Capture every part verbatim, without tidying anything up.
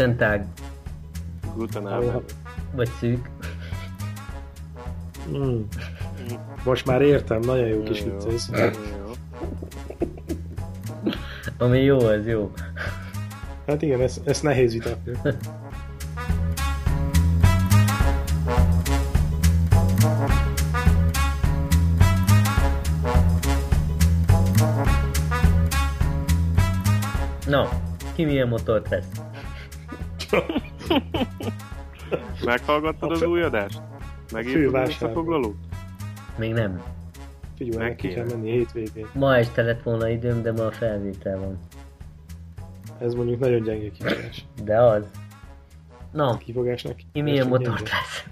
Guten Tag. Guten Abend. Vagy szűk. Mm. Most már értem, nagyon jó kis vicc ez. Ami jó, az jó. Hát igen, ezt, ezt nehéz vitatni. Na, ki milyen motort vesz? Meghallgattad az új adást? Megírtad az összefoglalót? Még nem. Figyelj, meg ki kell menni hétvégén. Ma este lett volna időm, de ma a felvétel van. Ez mondjuk nagyon gyenge kifogás. De az. Na, kifogásnak. Ki milyen motort vesz?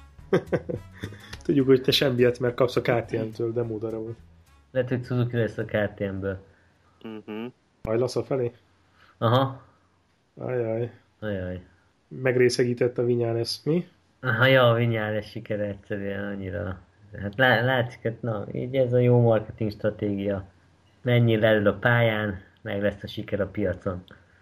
Tudjuk, hogy te semmiet, mert kapsz a ká té em-től demódarabot. Lehet, hogy Suzuki lesz a ká té em-ből. Uh-huh. Hajlasz a felé? Aha. Ajaj. Ajaj. Megrészegített a Vinyales, mi? Aha, ja, a Vinyales sikere egyszerűen annyira. Hát lá- látszik, hát na, így ez a jó marketing stratégia. Menjél elő a pályán, meg lesz a siker a piacon.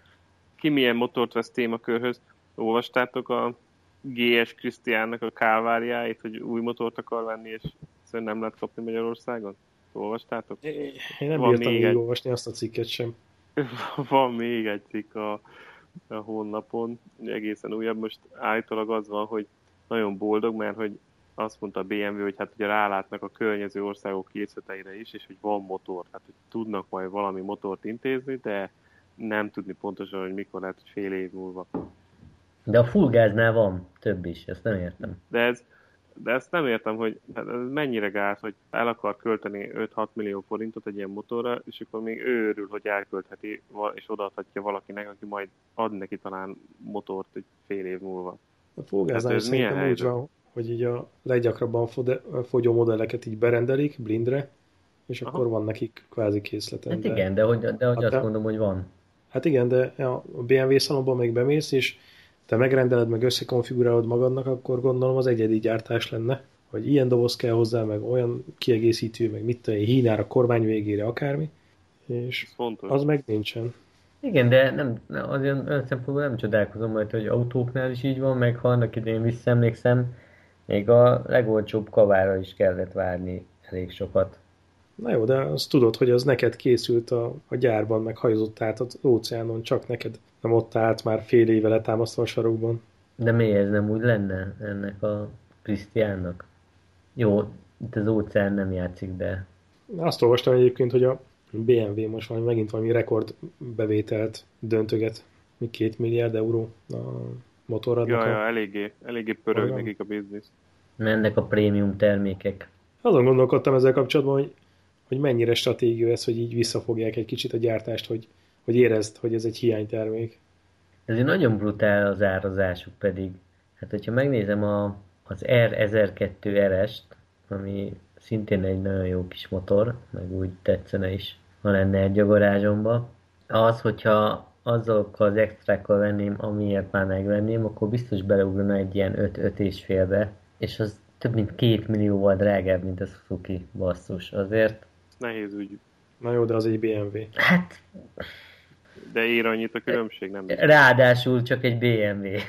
Ki milyen motort vesz témakörhöz? Olvastátok a gé es Krisztiánnak a kálváriáit, hogy új motort akar venni, és szerintem nem lehet kapni Magyarországon? Olvastátok? Én nem Van bírtam még egy... egy... olvasni azt a cikket sem. Van még egy cikk a, a honlapon, egészen újabb. Most állítólag az van, hogy nagyon boldog, mert hogy azt mondta a bé em vé, hogy hát ugye rálátnak a környező országok készleteire is, és hogy van motor, hát hogy tudnak majd valami motort intézni, de nem tudni pontosan, hogy mikor lehet, hogy fél év múlva. De a full gáznál van több is, ezt nem értem. De, ez, de ezt nem értem, hogy hát ez mennyire gáz, hogy el akar költeni öt-hat millió forintot egy ilyen motorra, és akkor még ő örül, hogy elköltheti, és odaadhatja valakinek, aki majd ad neki talán motort egy fél év múlva. A full gáznál hát szerintem úgy van, hogy így a leggyakrabban fogyó modelleket így berendelik blindre, és akkor Aha. van nekik kvázi készleten. Hát igen, de hogy, de hogy hát azt mondom, hogy van. Hát igen, de a bé em vé szalomban még bemész, és te megrendeled, meg összekonfigurálod magadnak, akkor gondolom az egyedi gyártás lenne, hogy ilyen doboz kell hozzá, meg olyan kiegészítő, meg mit tudom, hínára, kormány végére, akármi, és az meg nincsen. Igen, de nem, azért olyan szempontból nem csodálkozom majd, hogy autóknál is így van, meg ha annak idején visszaemlékszem, még a legolcsóbb kavára is kellett várni elég sokat. Na jó, de azt tudod, hogy az neked készült a, a gyárban, meg hajozott át az óceánon, csak neked nem ott állt már fél éve letámasztva a sarokban. De miért ez nem úgy lenne ennek a Krisztiánnak? Jó, itt az óceán nem játszik, de... Azt olvastam egyébként, hogy a bé em vé most valami, megint valami rekordbevételt döntöget, mi két milliárd euró a motorradnak. Ja, a... ja, eléggé, eléggé pörög Olyan. nekik a biznisz. Mennek a prémium termékek. Azon gondolkodtam ezzel kapcsolatban, hogy, hogy mennyire stratégia ez, hogy így visszafogják egy kicsit a gyártást, hogy, hogy érezd, hogy ez egy hiánytermék. Ez egy nagyon brutál az árazásuk pedig. Hát, hogyha megnézem a, az er ezerkettő er est, ami szintén egy nagyon jó kis motor, meg úgy tetszene is, ha lenne egy a garázsomba. Az, hogyha azokkal az extrákkal venném, amiért már megvenném, akkor biztos beleugrana egy ilyen öt-öt és félbe, és az több mint két millióval drágább, mint a Suzuki, basszus. Azért... Nehéz ügy. Na jó, de az egy bé em vé. Hát... De ér annyit a különbség, nem? Ráadásul csak egy bé em vé.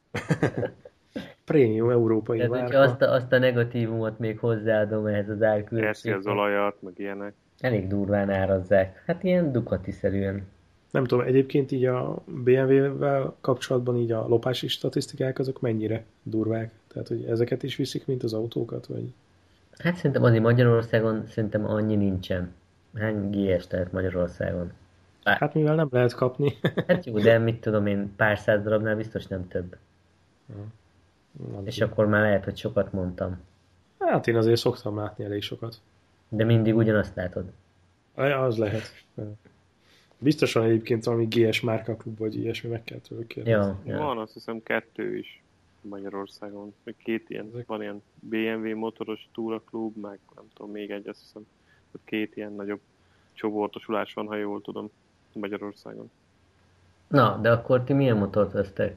Prémium európai márka. Tehát, hogyha azt a, azt a negatívumot még hozzáadom ehhez az árkülönbséghez. Eszi az olajat, meg ilyenek. Elég durván árazzák. Hát ilyen Ducati-szerűen. Nem tudom, egyébként így a bé em vé-vel kapcsolatban így a lopási statisztikák azok mennyire durvák? Tehát, hogy ezeket is viszik, mint az autókat, vagy? Hát szerintem azért Magyarországon szerintem annyi nincsen. Hány gé es tehet Magyarországon? Bár. Hát mivel nem lehet kapni. Hát jó, de mit tudom én, pár száz darabnál biztos nem több. Nem És tudom. Akkor már lehet, hogy sokat mondtam. Hát én azért szoktam látni elég sokat. De mindig ugyanazt látod? Az lehet. Biztosan egyébként valami gé es márkaklub, vagy ilyesmi meg kell tőle kérni. Ja, ja. Van azt hiszem kettő is Magyarországon. Még két ilyen, Ezek... van ilyen bé em vé motoros túraklub, meg nem tudom, még egy, azt hiszem, hogy két ilyen nagyobb csoportosulás van, ha jól tudom, Magyarországon. Na, de akkor ti milyen motort vesztek?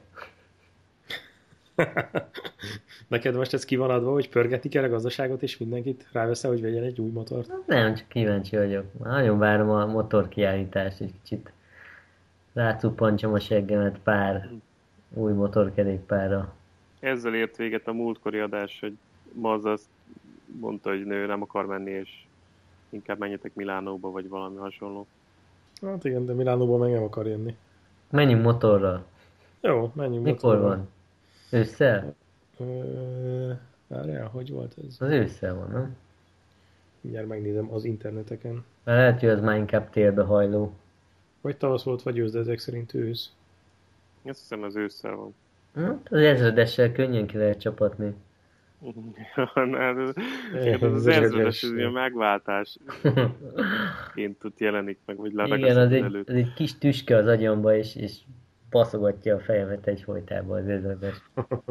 Neked most ez ki van adva, hogy pörgetik el a gazdaságot, és mindenkit ráveszel, hogy vegyen egy új motort? Nem, csak kíváncsi vagyok. Nagyon várom a motorkiállítást, egy kicsit rácuppantsam a seggemet pár új motorkerékpárra. Ezzel ért véget a múltkori adás, hogy Mazda azt mondta, hogy nő nem akar menni, és inkább menjetek Milánóba, vagy valami hasonló. Hát igen, de Milánóban meg nem akar jönni. Menjünk motorral. Jó, menjünk Mikor motorral. van? Ősszel? Ö, Várjál, hogy volt ez? Az ősszel van, nem? Mindjárt megnézem az interneteken. Mert lehet, hogy az már inkább télbe hajló. Vagy tavasz volt, vagy ősz, de ezek szerint ősz. Azt hiszem az ősszel van. Hát az ezredessel könnyen ki lehet csapatni. Hát ez, ez az ezredes, ez ilyen megváltás. Én tud jelenik meg, vagy Igen, az leragasztod egy, előtt. az egy kis tüske az agyamba, és, és baszogatja a fejemet egyfolytában az ezredes.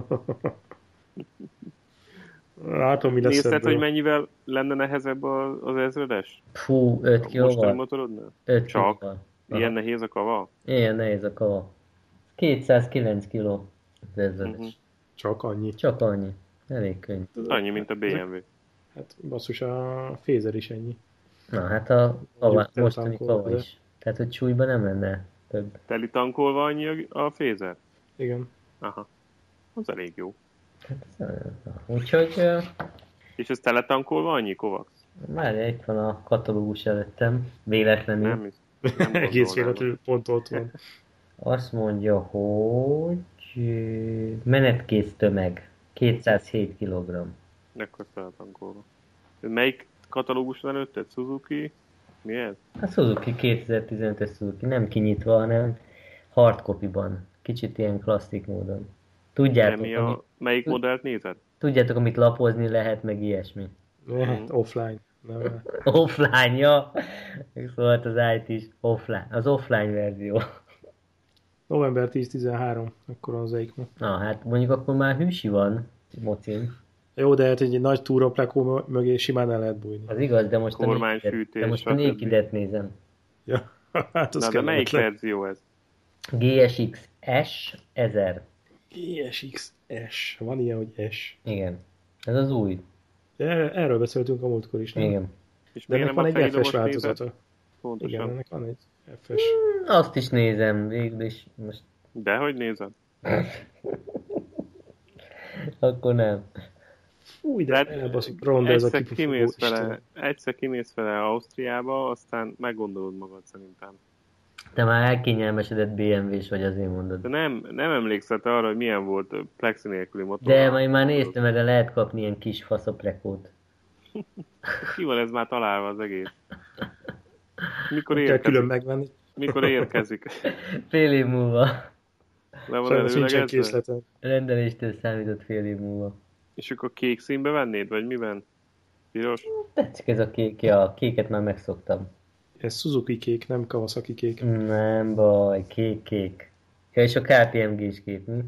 Látom, mi lesz Nézted, ebből. hogy mennyivel lenne nehezebb a- az ezredes? Fú, öt A mostani kilóval? motorodnál? öt Csak? kilóval. Ilyen Aha. nehéz a kava? Ilyen nehéz a kava. kétszázkilenc kiló az ezredes. Uh-huh. Csak annyi. Csak annyi. Elég könnyű. Annyi, mint a bé em vé. Hát basszus, a Fézer is ennyi. Na hát a kava, Mondjuk mostani tankolva, kava de- is. Tehát, hogy súlyban nem lenne több. Teli tankolva annyi a, a fézer? Igen. Aha. Az elég jó. Na, úgyhogy ö, És ez tele tankolva annyi, Kovacs? már itt van a katalógus előttem, véletlenül. Nem, hisz- nem Egész gondolnám. véletlenül pont ott van. Azt mondja, hogy ö, menetkész tömeg kétszázhét kilogramm. Ekkor tele tankolva. Melyik katalóguson előtted? Suzuki? Mi ez? A Suzuki kétezer-tizenötös Suzuki, nem kinyitva, hanem hardcopyban. Kicsit ilyen klasszik módon. Nem, Tudjátok, mi ami, a, melyik modellt nézed? tudjátok, amit lapozni lehet, meg ilyesmi. Hát, offline. Nem, Offline, ja. Szóval az i té is offline. Az offline verzió. november tíz tizenhárom, akkor az EICMA. Na, hát mondjuk akkor már hűsi van, mocin. Jó, de hát egy nagy túraplekó mögé simán el lehet bújni. Az igaz, de most a Kormányfűtés, Nakedet- de most a stb. Nakedet nézem. Ja, hát az Na, de melyik kellemetlen. verzió ez? gé es iksz S ezer. gé es iksz S. Van ilyen, hogy S. Igen. Ez az új. De erről, erről beszéltünk a múltkor is, nem? Igen. És De miért ennek nem van a egy ef es fejlomos nézed? változata. Pontosan. Igen, ennek van egy ef es. Azt is nézem, végül is. Most De hogy nézed? akkor nem. Új, de Tehát elbaszott ronda ez a egyszer kipufogó. kimész Isten. vele, egyszer kimész vele Ausztriába, aztán meggondolod magad szerintem. Te már elkényelmesedett bé em vé-s vagy, azért mondod. De nem, nem emlékszel te arra, hogy milyen volt plexi nélküli motor? De majd már néztem, meg lehet kapni ilyen kis faszoprekót. Ki van ez már találva az egész? Mikor Kell érkezik? külön megvenni. Mikor érkezik? Fél év múlva. Le van Sajnos nincsen előlegezve? készletem. Rendeléstől számított fél év múlva. És akkor kék színbe vennéd, vagy miben? Piros? Tetszik ez a kék, ja, a kéket már megszoktam. Ez Suzuki kék, nem Kawasaki kék. Nem baj, kék-kék. Ja, és a ká pé em gé-s kép, mi?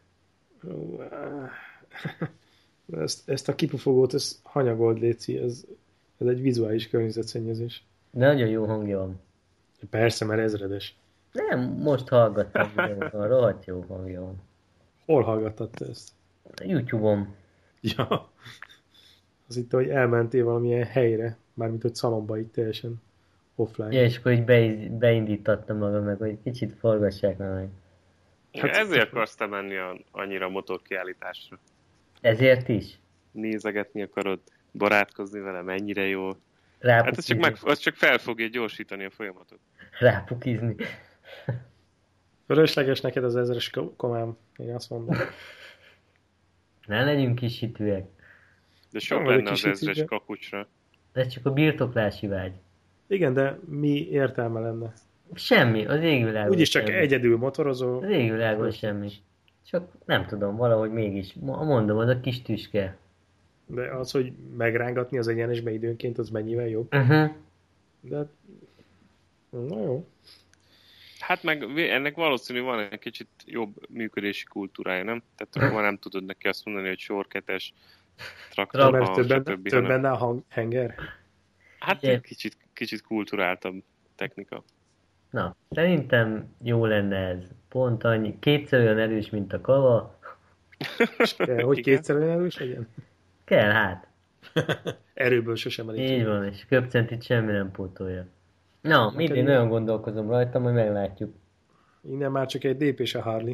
Ezt, ezt a kipufogót, ez hanyagold, léci, ez, ez egy vizuális környezetszennyezés. De nagyon jó hangja van. Persze, mert ezredes. Nem, most hallgattam, videóban, rohadt jó hangja van. Hol hallgattad te ezt? A YouTube-on. Ja. Az itt, hogy elmentél valamilyen helyre, mármint hogy szalomba itt teljesen offline. Ja, és akkor így be, beindítattam magam meg, hogy kicsit forgassák már meg. Hát- Ezért akarsz te menni a, annyira a motorkiállításra. Ezért is? Nézegetni akarod, barátkozni vele, mennyire jó. Hát ez csak, Rápukizni. meg, az csak fel fogja gyorsítani a folyamatot. Rápukizni. Fölösleges neked az ezres ko- komám, én azt mondom. Ne legyünk kis hitűek. De sok Nem vagyok lenne az kis ezres hitűre. kapucsra. Ez csak a birtoklási vágy. Igen, de mi értelme lenne? Semmi, az égvilágon Úgyis csak semmi. egyedül motorozol. Az égvilágon semmi. Csak nem tudom, valahogy mégis. Mo- Mondom, az a kis tüske. De az, hogy megrángatni az egyenesbe időnként, az mennyivel jobb. Uh-huh. De hát- na jó. Hát meg vé- ennek valószínű van egy kicsit jobb működési kultúrája, nem? Tehát akkor már nem tudod neki azt mondani, hogy sorketes, traktor, Mert van, több, stb. több hanem- benne a hang, henger. Hát Igen. kicsit, kicsit kulturáltabb technika. Na, szerintem jó lenne ez. Pont annyi. Kétszer olyan erős, mint a kava. De, hogy Igen. kétszer olyan erős legyen? Kell hát. Erőből sosem elég. Így van, és köpcentit semmi nem pótolja. Na, mindig Neked- nagyon gondolkozom rajta, majd meglátjuk. Innen már csak egy lépés a Harley.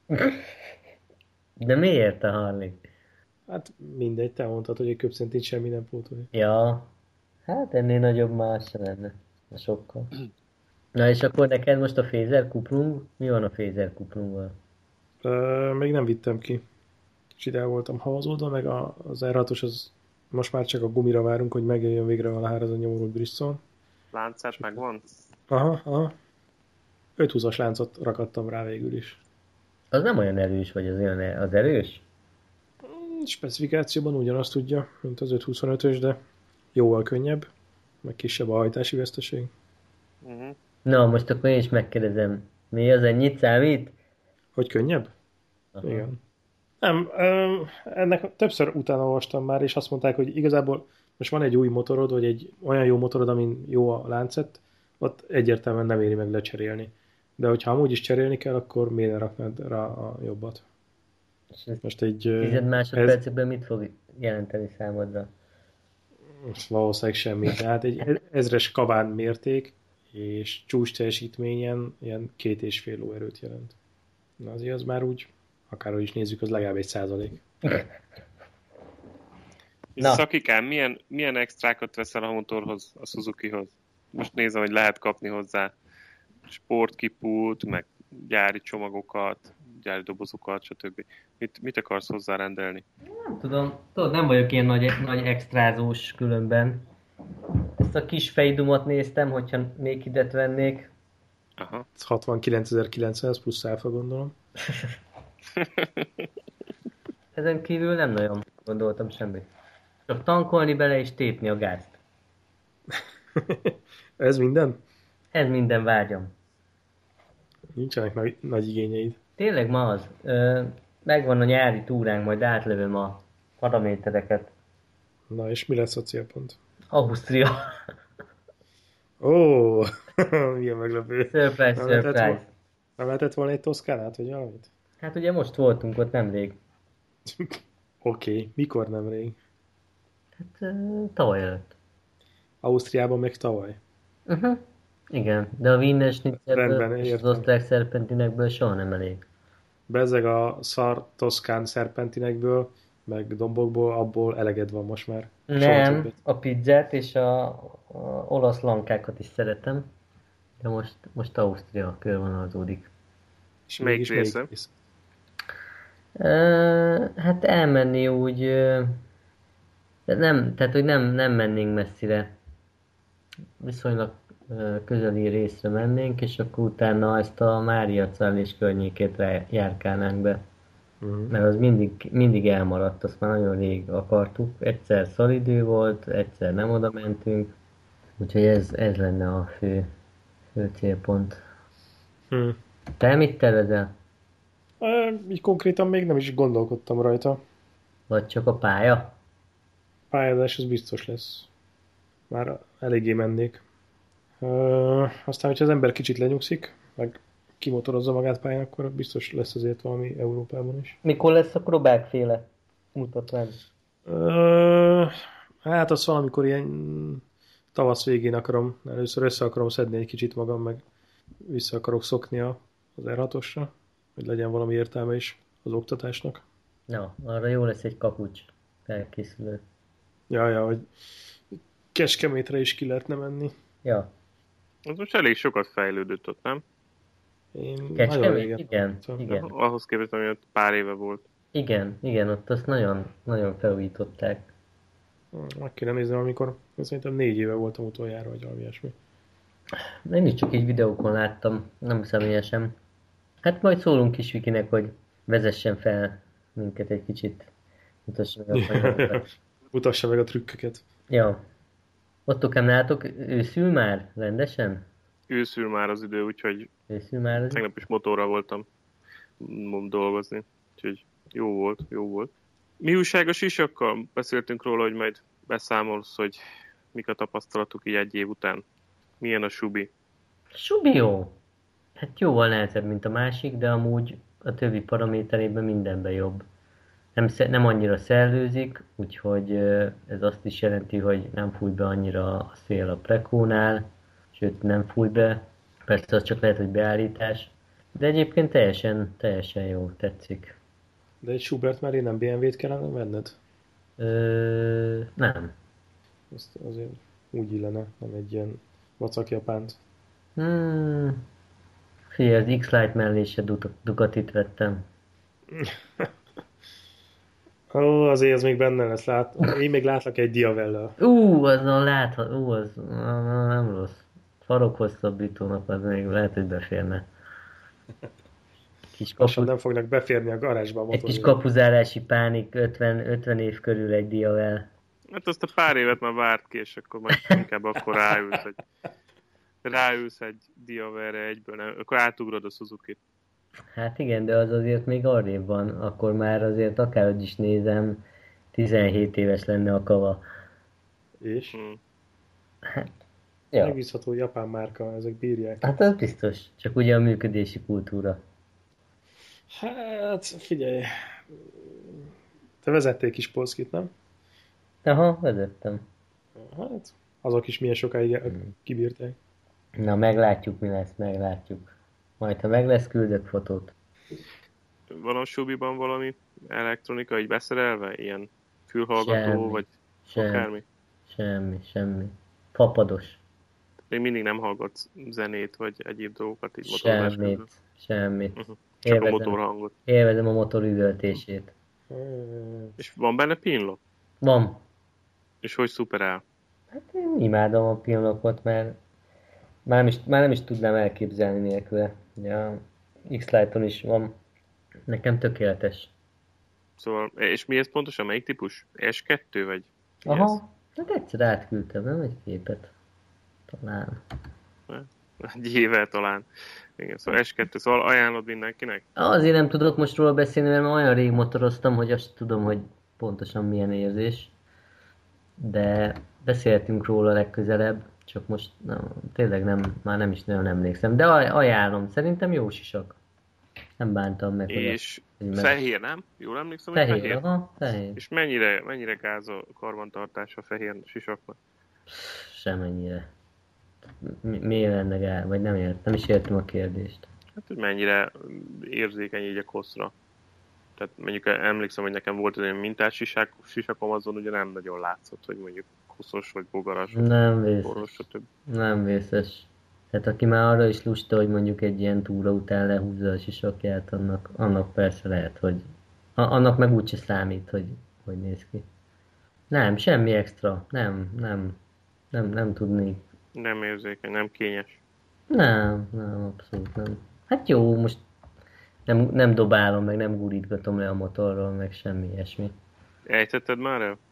De miért a Harley? Hát mindegy, te mondtad, hogy egy köbcentit semmi nem pótolja. Ja, hát ennél nagyobb más se lenne. A sokkal. Na és akkor neked most a Phaser Kuplung? Mi van a Phaser Kuplunggal? Ö, még nem vittem ki. És ide voltam havazódva, meg a, az er hatos az most már csak a gumira várunk, hogy megjöjjön végre a hárezon nyomorult Bristol. Láncát megvan? Aha, aha. öthúszas láncot rakadtam rá végül is. Az nem olyan erős, vagy az olyan er- az erős? Specifikációban ugyanazt tudja, mint az ötszázhuszonötös, de jóval könnyebb, meg kisebb a hajtási veszteség. Uh-huh. Na, most akkor én is megkérdezem. Mi az, ennyit számít? Hogy könnyebb? Aha. Igen. Nem, ö, ennek többször utána olvastam már, és azt mondták, hogy igazából most van egy új motorod, vagy egy olyan jó motorod, amin jó a láncet, ott egyértelműen nem éri meg lecserélni. De hogyha amúgy is cserélni kell, akkor miért ne raknád rá a jobbat? És ez Most egy... ö, tized ez, másodpercekben mit fog jelenteni számodra? valószínűleg semmi. Tehát egy ezres kabán mérték, és csúcs teljesítményen ilyen két és fél lóerőt jelent. Na azért az már úgy, akárhogy is nézzük, az legalább egy százalék. És Na. Szakikám, milyen, milyen extrákat veszel a motorhoz, a Suzukihoz? Most nézem, hogy lehet kapni hozzá sportkipút, meg gyári csomagokat, gyári dobozokat, stb. Mit, mit akarsz hozzá rendelni? Nem tudom, tudod, nem vagyok ilyen nagy, nagy extrázós különben. Ezt a kis fejdumot néztem, hogyha még idet vennék. Aha. Ez hatvankilencezer-kilencszáz plusz áfa, gondolom. Ezen kívül nem nagyon gondoltam semmit. Csak tankolni bele és tépni a gázt. Ez minden? Ez minden vágyam. Nincsenek nagy, nagy igényeid. Tényleg ma az. Ö, megvan a nyári túránk, majd átlövöm a paramétereket. Na, és mi lesz a célpont? Ausztria. Ó, milyen meglepő. Surprise, Nem lehetett, surprise. vol- nem lehetett volna egy Toszkánát, vagy valamit? Hát ugye most voltunk ott nemrég. Oké, okay. Mikor nemrég? Hát ö, tavaly előtt. Ausztriában meg tavaly. Uh-huh. Igen, de a Wiener Schnitzelből Rendben, és az értem. osztrák szerpentinekből soha nem elég. Bezzeg a szar toszkán szerpentinekből, meg dombokból, abból eleged van most már. Soha Nem, többet. a pizzát és a, a olasz lankákat is szeretem, de most, most Ausztria körvonalazódik. És Melyik mégis része? melyik része? Uh, hát elmenni úgy, uh, de nem, tehát hogy nem, nem mennénk messzire. Viszonylag uh, közeli részre mennénk, és akkor utána ezt a Mária Czál környékét rá- járkálnánk be. Uh-huh. Mert az mindig, mindig elmaradt, azt már nagyon rég akartuk. Egyszer szalidő volt, egyszer nem oda mentünk. Úgyhogy ez, ez lenne a fő, fő célpont. Hmm. Te mit tervezel? E, így konkrétan még nem is gondolkodtam rajta. Vagy csak a pálya? Pályázás az biztos lesz. Már eléggé mennék. E, aztán, hogyha az ember kicsit lenyugszik, meg kimotorozza magát pályán, akkor biztos lesz azért valami Európában is. Mikor lesz a Krobák-féle mutatvány? E, hát azt valamikor ilyen tavasz végén akarom, először össze akarom szedni egy kicsit magam, meg vissza akarok szokni a- az er hatosra, hogy legyen valami értelme is az oktatásnak. Na, arra jó lesz egy kapucs felkészülő. Ja, ja, hogy Kecskemétre is ki lehetne menni. Ja, Az most elég sokat fejlődött ott, nem? Én nagyon Kecskemét? régen Igen, voltam. igen. Ahhoz képest, ami ott pár éve volt. Igen, igen, ott azt nagyon, nagyon felújították. Meg kéne nézni, amikor szerintem négy éve voltam utoljára, vagy valami ilyesmi. Én is csak így videókon láttam, nem személyesen. Hát majd szólunk is Vikinek, hogy vezessen fel minket egy kicsit. Mutassa meg a fanyagokat. Mutassa meg a trükköket. Ja. Ottokám, nálatok őszül már rendesen? Őszül már az idő, úgyhogy Őszül már az? tegnap is motorral voltam mm, dolgozni. Úgyhogy jó volt, jó volt. Mi újság a sisakkal? Beszéltünk róla, hogy majd beszámolsz, hogy mik a tapasztalatuk így egy év után. Milyen a subi? Subi jó. Hát jóval nehezebb, mint a másik, de amúgy a többi paraméterében mindenben jobb. Nem, sze- nem annyira szellőzik, úgyhogy ö, ez azt is jelenti, hogy nem fúj be annyira a szél a prekónál, sőt nem fúj be. Persze az csak lehet, hogy beállítás. De egyébként teljesen, teljesen jó, tetszik. De egy Schubert mellé nem bé em vét kellene venned? Ö, nem. Azt azért úgy illene, nem egy ilyen vacak japánt. Hmm, figyelj, az X-Lite mellé se Du- Ducatit vettem. Ó, azért ez még benne lesz. Lát... Én még látlak egy Diavellel. Ú, azon láthat, ú, az na, nem rossz. Farokhosszabbítónak az még lehet, hogy beférne. Kis Lassan kapu, nem fognak beférni a garázsba a egy kis motorjaik. kapuzárási pánik ötven, ötven év körül egy diavel. Hát azt a pár évet már várt ki, és akkor majd inkább akkor ráülsz, hogy ráülsz egy Diaverre egyből, nem? Akkor átugrod a Suzuki-t. Hát igen, de az azért még arrébb van. Akkor már azért akárhogy is nézem, tizenhét éves lenne a kava. És? Hmm. Ja, Megbízható japán márka, ezek bírják. hát az biztos. Csak ugye a működési kultúra. Hát, figyelj. Te vezettél kis polszkit, nem? Aha, vezettem. Hát, azok is milyen sokáig kibírták. Na, meglátjuk, mi lesz, meglátjuk. Majd, ha meg lesz, küldök fotót. Van a Subiban valami elektronika így beszerelve? Ilyen fülhallgató, Semmi. vagy Semmi, akármi? semmi, semmi. Papados. Még mindig nem hallgatsz zenét, vagy egyéb dolgokat így motorozás közben. Semmit, semmit. Uh-huh. Csak Élvezem. a motorhangot. Élvezem a motor üvöltését. És van benne pinlock? Van. És hogy szuperál? Hát én imádom a pillanokot, mert már nem is, már nem is tudnám elképzelni nélküle. Ugye a X-Lite-on is van. Nekem tökéletes. Szóval, és mi ez pontosan? Melyik típus? es kettő vagy? Mi ez? Aha, hát egyszer átküldtem, nem egy képet. Talán. Egy éve talán. Igen, szóval es kettő, szóval ajánlod mindenkinek? Azért nem tudok most róla beszélni, mert már olyan rég motoroztam, hogy azt tudom, hogy pontosan milyen érzés. De beszéltünk róla legközelebb, csak most nem, tényleg nem, már nem is nagyon emlékszem. De aj- ajánlom, szerintem jó sisak. Nem bántam meg. hogy És hogy meg- fehér, nem? Jól emlékszem, hogy Fehér, fehér? aha, fehér. És mennyire, mennyire gáz a karbantartás a fehér sisaknak? Semennyire. Mi, miért lenne gál? Vagy nem ért, nem is értem a kérdést. Hát, hogy mennyire érzékeny így a koszra. Tehát mondjuk emlékszem, hogy nekem volt egy olyan mintás sisak, sisakom, azon ugye nem nagyon látszott, hogy mondjuk koszos, vagy bogaras, vagy Nem vészes. boros, stb. Nem vészes. Tehát aki már arra is lusta, hogy mondjuk egy ilyen túra után lehúzza a sisakját, annak, annak persze lehet, hogy a, annak meg úgyse számít, hogy hogy néz ki. Nem, semmi extra. Nem, nem. Nem, nem tudnék. Nem érzékeny, nem kényes. Nem, nem, abszolút nem. Hát jó, most nem, nem dobálom, meg nem gurítgatom le a motorról, meg semmi ilyesmi. Ejtetted már el?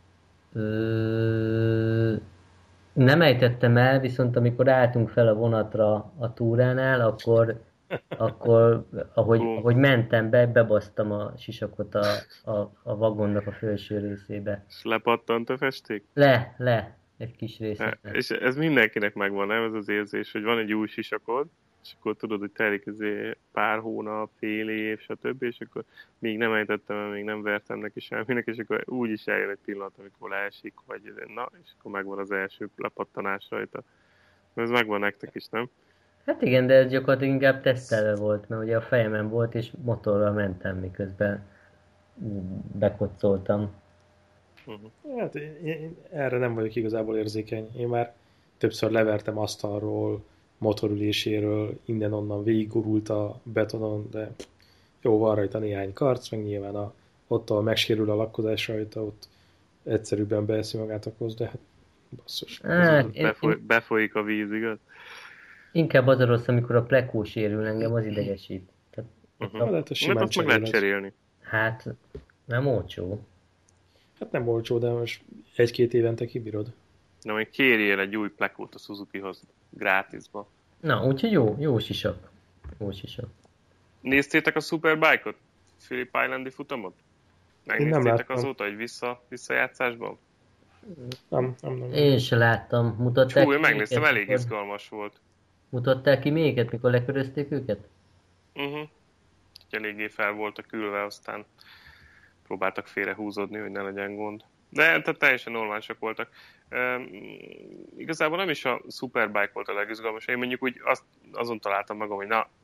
Ö... Nem ejtettem el, viszont amikor álltunk fel a vonatra a túránál, akkor, akkor ahogy, Bum. ahogy mentem be, bebasztam a sisakot a, a, a vagonnak a felső részébe. És lepattant a festék? Le, le, egy kis részét. E, és ez mindenkinek megvan, nem? Ez az érzés, hogy van egy új sisakod, és akkor tudod, hogy telik ezért pár hónap, fél év, stb. És akkor még nem ejtettem el, még nem vertem neki semminek, és akkor úgy is eljön egy pillanat, amikor leesik, vagy na, és akkor megvan az első lepattanás rajta. Ez megvan nektek is, nem? Hát igen, de ez gyakorlatilag inkább tesztelve volt, mert ugye a fejemen volt, és motorral mentem, miközben bekoccoltam. Uh-huh. Hát én, én erre nem vagyok igazából érzékeny. Én már többször levertem asztalról, motorüléséről, innen-onnan végiggurult a betonon, de jó, van rajta néhány karc, meg nyilván a, ott, ahol megsérül a lakkozás rajta, ott egyszerűbben beeszi magát a kosz, de hát basszus. Hát, én, Befoly, én, befolyik a víz, igaz? inkább az a rossz, amikor a plekó sérül, engem az idegesít. Tehát, Uh-huh. Hát, hát Mert az simán azt meg lehet cseréled. cserélni. hát nem olcsó. Hát nem olcsó, de most egy-két évente kibírod. Na, még kérjél egy új plekót a Suzukihoz, grátisba. Na, úgyhogy jó, jó sisak. Jó sisak. Néztétek a Superbike-ot? Phillip Islandi futamot? nem Megnéztétek láttam. azóta egy vissza, visszajátszásban? Nem, nem, nem. Én se láttam. Mutatták Hú, ki én megnéztem, őket, elég mikor- izgalmas volt. Mutatták ki mélyeket, mikor lekörözték őket? Uh-huh. Eléggé fel voltak külve, aztán próbáltak félrehúzódni, hogy ne legyen gond. De tehát teljesen normálisak voltak. Um, igazából nem is a Superbike volt a legizgalmasabb. Én mondjuk úgy azt, azon találtam magam, hogy na,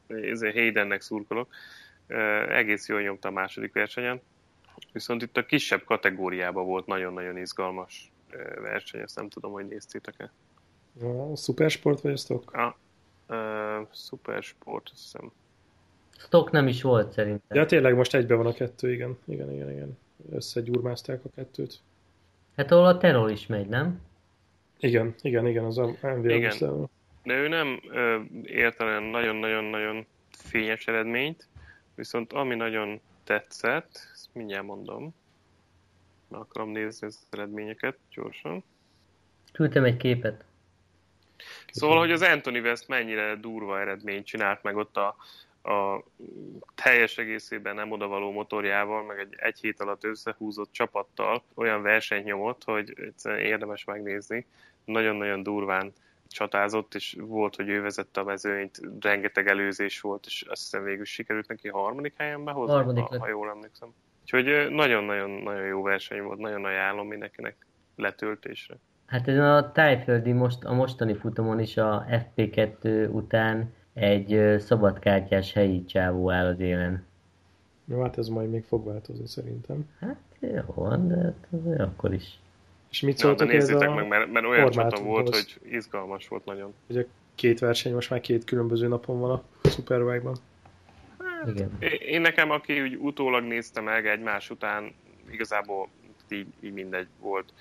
ezért Haydennek szurkolok. Egész jól nyomta a második versenyen. Viszont itt a kisebb kategóriában volt nagyon-nagyon izgalmas verseny, ezt nem tudom, hogy néztétek-e. A Supersport vagy a Stock? A, a Supersport, azt hiszem. Stock nem is volt szerintem. Ja, tényleg most egybe van a kettő, igen. Igen, igen, igen. Összegyurmázták a kettőt. Hát ahol a Terror is megy, nem? Igen, igen, igen, az em vé Igen. Augusta. De ő nem ö, ért olyan nagyon-nagyon-nagyon fényes eredményt, viszont ami nagyon tetszett, ezt mindjárt mondom, meg akarom nézni az eredményeket gyorsan. Küldtem egy képet. Szóval, hogy az Anthony West mennyire durva eredményt csinált meg ott a, a teljes egészében nem odavaló motorjával, meg egy, egy hét alatt összehúzott csapattal olyan versenyt nyomott, hogy egyszerűen érdemes megnézni. Nagyon-nagyon durván csatázott, és volt, hogy ő vezette a mezőnyt, rengeteg előzés volt, és azt hiszem végül sikerült neki a harmadik helyen behozni, Harmadik ha, ha jól emlékszem. Úgyhogy nagyon-nagyon-nagyon jó verseny volt, nagyon ajánlom mindenkinek letöltésre. Hát ez a tájföldi, most, a mostani futamon is a ef pé kettő után egy szabadkártyás helyi csávó áll az élen. Jó, hát ez majd még fog változni szerintem. Hát jó van, de hát az akkor is. És mit Ja, de szóltok ez nézzétek a meg, mert, mert olyan csata formátumhoz? volt, hogy izgalmas volt nagyon. Ugye két verseny, most már két különböző napon van a Superbike-ban. Igen. Én nekem, aki úgy utólag nézte meg egymás után, igazából így, így mindegy volt.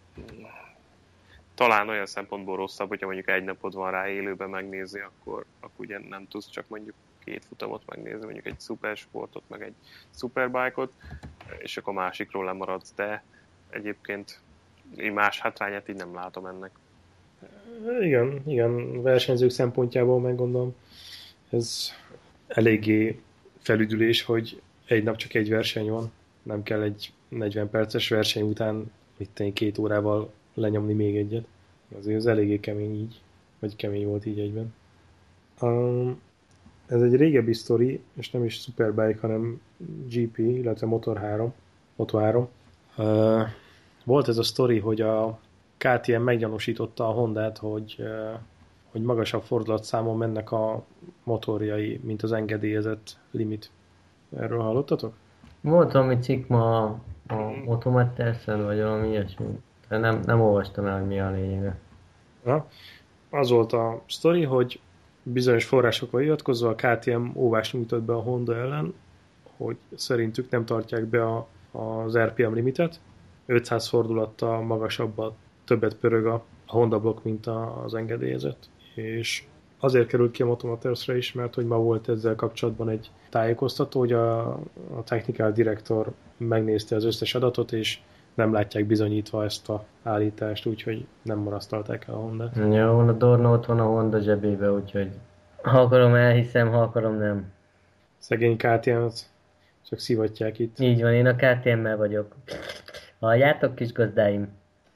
Talán olyan szempontból rosszabb, hogyha mondjuk egy napod van rá élőben megnézni, akkor, akkor ugye nem tudsz csak mondjuk két futamot megnézni, mondjuk egy szupersportot, meg egy szuperbike-ot, és akkor másikról lemaradsz, de egyébként én más hátrányát így nem látom ennek. Igen, igen, versenyzők szempontjából meggondolom, ez eléggé felüdülés, hogy egy nap csak egy verseny van, nem kell egy negyven perces verseny után itt két órával lenyomni még egyet. Azért ez eléggé kemény így, vagy kemény volt így egyben. Um, ez egy régebbi sztori, és nem is Superbike, hanem gé pé, illetve Motor három. Moto három. Uh, volt ez a sztori, hogy a ká té em meggyanúsította a Hondát, hogy, uh, hogy magasabb fordulatszámon mennek a motorjai, mint az engedélyezett limit. Erről hallottatok? Volt valami cikk ma a, a Motomatters-en, vagy valami ilyesmi. De nem, nem olvastam el, hogy mi a lényege. Ja. Az volt a sztori, hogy bizonyos forrásokra hivatkozva a ká té em óvást nyújtott be a Honda ellen, hogy szerintük nem tartják be a, az er pé em limitet. ötszáz fordulattal magasabb, többet pörög a Honda blokk, mint az engedélyezett. És azért került ki a Motomatters-re is, mert hogy ma volt ezzel kapcsolatban egy tájékoztató, hogy a, a technical director megnézte az összes adatot, és nem látják bizonyítva ezt a állítást, úgyhogy nem marasztalták el a Hondát. Jó, a Dorna ott van a Honda zsebébe, úgyhogy ha akarom elhiszem, ha akarom nem. Szegény ká té em-et csak szivatják itt. Így van, én a ká té em-mel vagyok. Halljátok, kis gazdáim?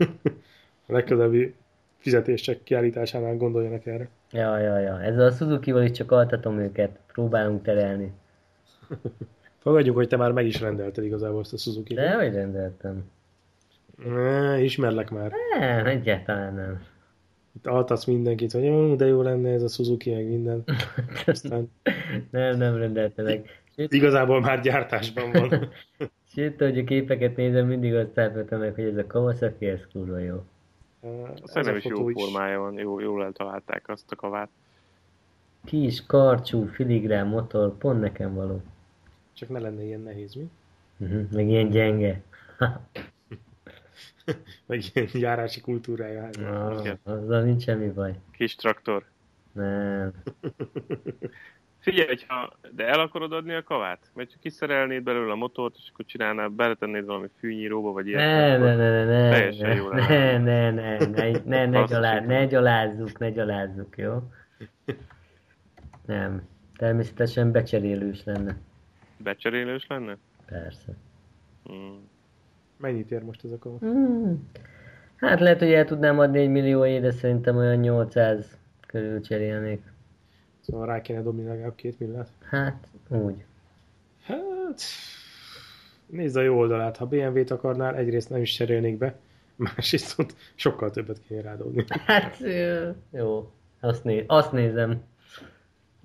A legközelebbi fizetések kiállításánál gondoljanak erre. Ja, ja, ja. Ezzel a Suzuki-val is csak altatom őket. Próbálunk terelni. Fogadjunk, hogy te már meg is rendelted igazából ezt a Suzuki-t. De hogy rendeltem? Ne, ismerlek már. Nem, egyáltalán nem. Itt altatsz mindenkit, hogy jó, de jó lenne ez a Suzuki, meg minden. Aztán nem, nem rendeltem meg. Sőt, igazából már gyártásban van. Sőt, hogy a képeket nézem, mindig azt szállítom meg, hogy ez a Kawasaki, ez kurva jó. Szerintem is jó formája van, jó, jól eltalálták azt a kavát. Kis, karcsú, filigrán motor, pont nekem való. Csak ne lenne ilyen nehéz, mi? Uh-huh, meg ilyen gyenge. Meg ilyen járási kultúrája. Ah, azzal nincs semmi baj. Kis traktor. Nem. Figyelj, hogyha, de el akarod adni a kavát? Mert csak kiszerelnéd belőle a motort, és akkor csinálnál, beletennéd valami fűnyíróba, vagy ilyet. Ne, ne, ne, ne, ne, teljesen ne, jó ne, lenne. ne, ne, ne, ne, ne, gyaláz, ne gyalázzuk, ne gyalázzuk, jó? Nem. Természetesen becserélős lenne. Becserélős lenne? Persze. Hmm. Mennyit ér most ez a kamat? Hmm. Hát lehet, hogy el tudnám adni egy millióért, de szerintem olyan nyolcszáz körül cserélnék. Szóval rá kéne dobni legalább két millát. Hát, úgy. Hát... Nézd a jó oldalát, ha bé em vé-t akarnál, egyrészt nem is cserélnék be, másrészt ott sokkal többet kéne rádobni. Hát, jó. Azt, né- azt nézem.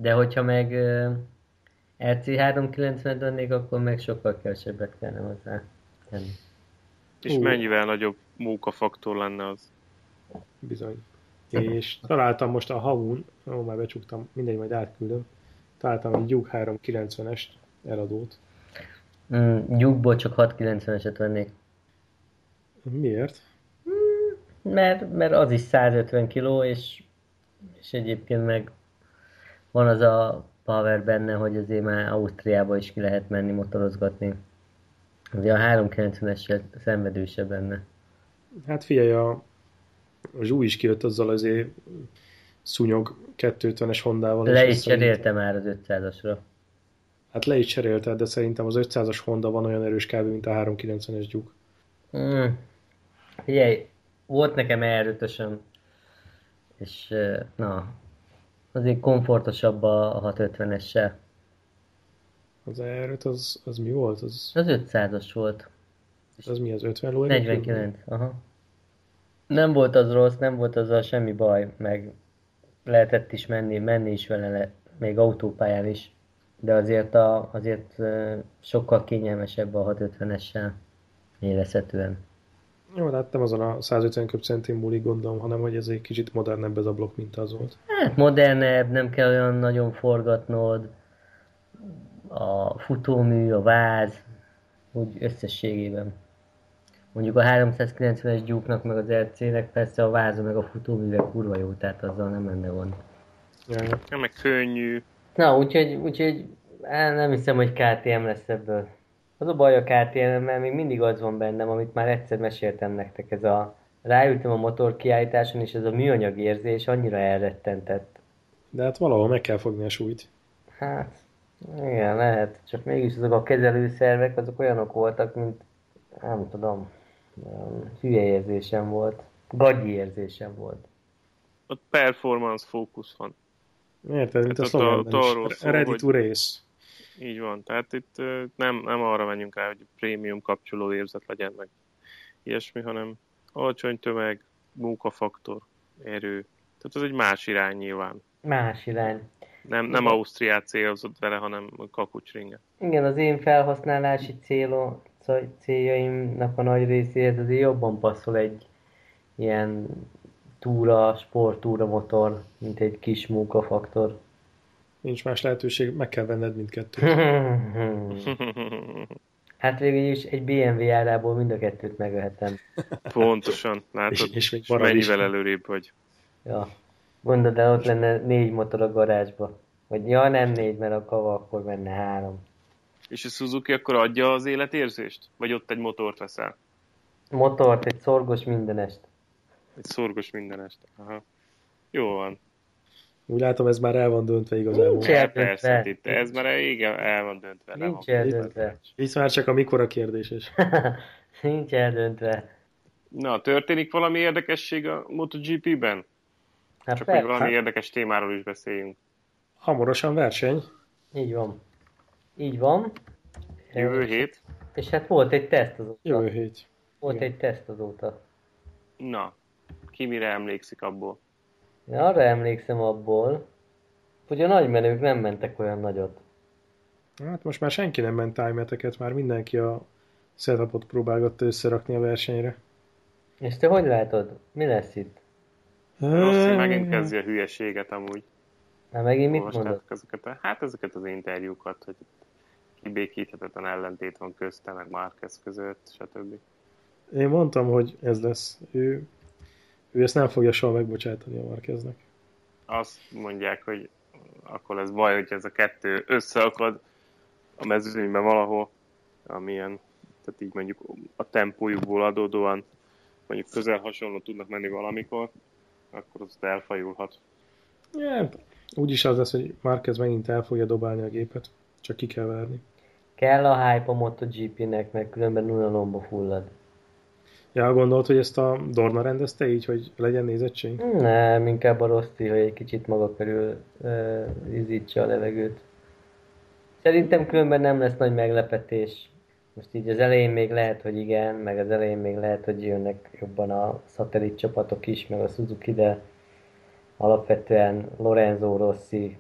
De hogyha meg uh, er cé háromszázkilencvenet vennék, akkor meg sokkal kevesebbet kellene hozzá tenni. És Ú. mennyivel nagyobb munkafaktor lenne az? Bizony. És találtam most a havun, ó, már becsuktam, mindegy, majd átküldöm. Találtam egy Duke háromszázkilencvenes eladót. Mm, Duke-ból csak hatszázkilencveneset vennék. Miért? Mert, mert az is százötven kiló, és, és egyébként meg van az a power benne, hogy azért már Ausztriába is ki lehet menni motorozgatni. Azért a háromszázkilencvenes szenvedősebb benne. Hát figyelj, a, a Zsú is kijött azzal azért szúnyog kétszázötvenes Hondával. Le és is cserélte már az ötszázasra. Hát le is cserélte, de szerintem az ötszázas Honda van olyan erős kb. Mint a háromszázkilencvenes Duke. Mm. Figyelj, volt nekem er ötösöm, és na, azért komfortosabb a hatszázötvenessel. Az er öt az, az mi volt? Az, Az ötszázas volt. az mi az ötven lóerő? negyvenkilenc, aha. Nem volt az rossz, nem volt azzal semmi baj, meg lehetett is menni, menni is vele, le, még autópályán is. De azért, a, azért sokkal kényelmesebb a hatszázötvenessel érezhetően. Jó, de hát nem azon a százötven köbcentin múlik gondolom, hanem hogy ez egy kicsit modernebb ez a blokk, mint az volt. Hát modernebb, nem kell olyan nagyon forgatnod, a futómű, a váz, úgy összességében. Mondjuk a háromszázkilencvenes Duke-nak meg az er cé-nek persze a váza meg a futóműve kurva jó, tehát azzal nem lenne gond. Ja, ja. Ja, meg könnyű. Na, úgyhogy, úgyhogy á, nem hiszem, hogy ká té em lesz ebből. Az a baj a ká té em-mel, még mindig az van bennem, amit már egyszer meséltem nektek, ez a ráültem a motor kiállításon, és ez a műanyag érzés annyira elrettentett. De hát valahol meg kell fogni a súlyt. Hát, igen, lehet. Csak mégis azok a kezelőszervek, azok olyanok voltak, mint nem tudom, olyan hülye érzésem volt. Gagyi érzésem volt. Ott performance fókusz van. Érted, mint a Hát ott a- szlogenben arról is. szól, Ready hogy- to race. Így van. Tehát itt ö, nem, nem arra menjünk rá, hogy prémium kapcsoló érzet legyen meg ilyesmi, hanem alacsony tömeg, munkafaktor, erő. Tehát ez egy más irány nyilván. Más irány. Nem, nem Ausztriát célzott vele, hanem Kakucsringet. Igen, az én felhasználási célo, céljaimnak a nagy részéhez azért jobban passzol egy ilyen túra, sporttúra motor, mint egy kis munkafaktor. Nincs más lehetőség, meg kell venned mindkettőt. Hát végül is egy bé em vé árából mind a kettőt megvehetem. Pontosan, látod? És- és még És marad is. mennyivel előrébb vagy. Ja. Mondod, de ott lenne négy motor a garázsba. Vagy ja, nem négy, mert a kava akkor menne három. És a Suzuki akkor adja az életérzést? Vagy ott egy motort veszel? Motort, egy szorgos mindenest. Egy szorgos mindenest. Aha. Jó van. Úgy látom, ez már el van döntve igazából. Nincs Ja, eldöntve. persze, itt ez már igen, el van döntve. le Nincs van. eldöntve. Itt már csak a mikora kérdéses. Nincs eldöntve. Na, történik valami érdekesség a MotoGP-ben? Hát Csak hogy persze, valami hát- érdekes témáról is beszéljünk. Hamarosan verseny. így van. Így van. Jövő hét. És hát volt egy teszt azóta. Jövő hét. Volt igen. egy teszt azóta. Na, ki mire emlékszik abból? Én arra emlékszem abból, hogy a nagymenők nem mentek olyan nagyot. Hát most már senki nem ment time-eteket, már mindenki a setupot próbálgatta összerakni a versenyre. És te hogy látod? Mi lesz itt? Rossi megint kezdi a hülyeséget amúgy. Na megint mit Olvastátok mondod? ezeket a, hát ezeket az interjúkat, hogy kibékíthetetlen ellentét van közte, meg Márquez között, stb. Én mondtam, hogy ez lesz. Ő, ő ezt nem fogja soha megbocsátani a Marqueznek. Azt mondják, hogy akkor lesz baj, hogy ez a kettő összeakad a mezőnyben valahol, amilyen, tehát így mondjuk a tempójukból adódóan mondjuk közel hasonló tudnak menni valamikor, akkor az elfajulhat. Ja, úgyis az lesz, hogy Marquez megint el fogja dobálni a gépet. Csak ki kell várni. Kell a hype a MotoGP-nek, mert különben unalomba fullad. Ja, gondolt, hogy ezt a Dorna rendezte így, hogy legyen nézettség? Nem, inkább a Rossi, hogy egy kicsit maga körül uh, izzítsa a levegőt. Szerintem különben nem lesz nagy meglepetés. Most így az elején még lehet, hogy igen, meg az elején még lehet, hogy jönnek jobban a szatellit csapatok is, meg a Suzuki, de alapvetően Lorenzo Rossi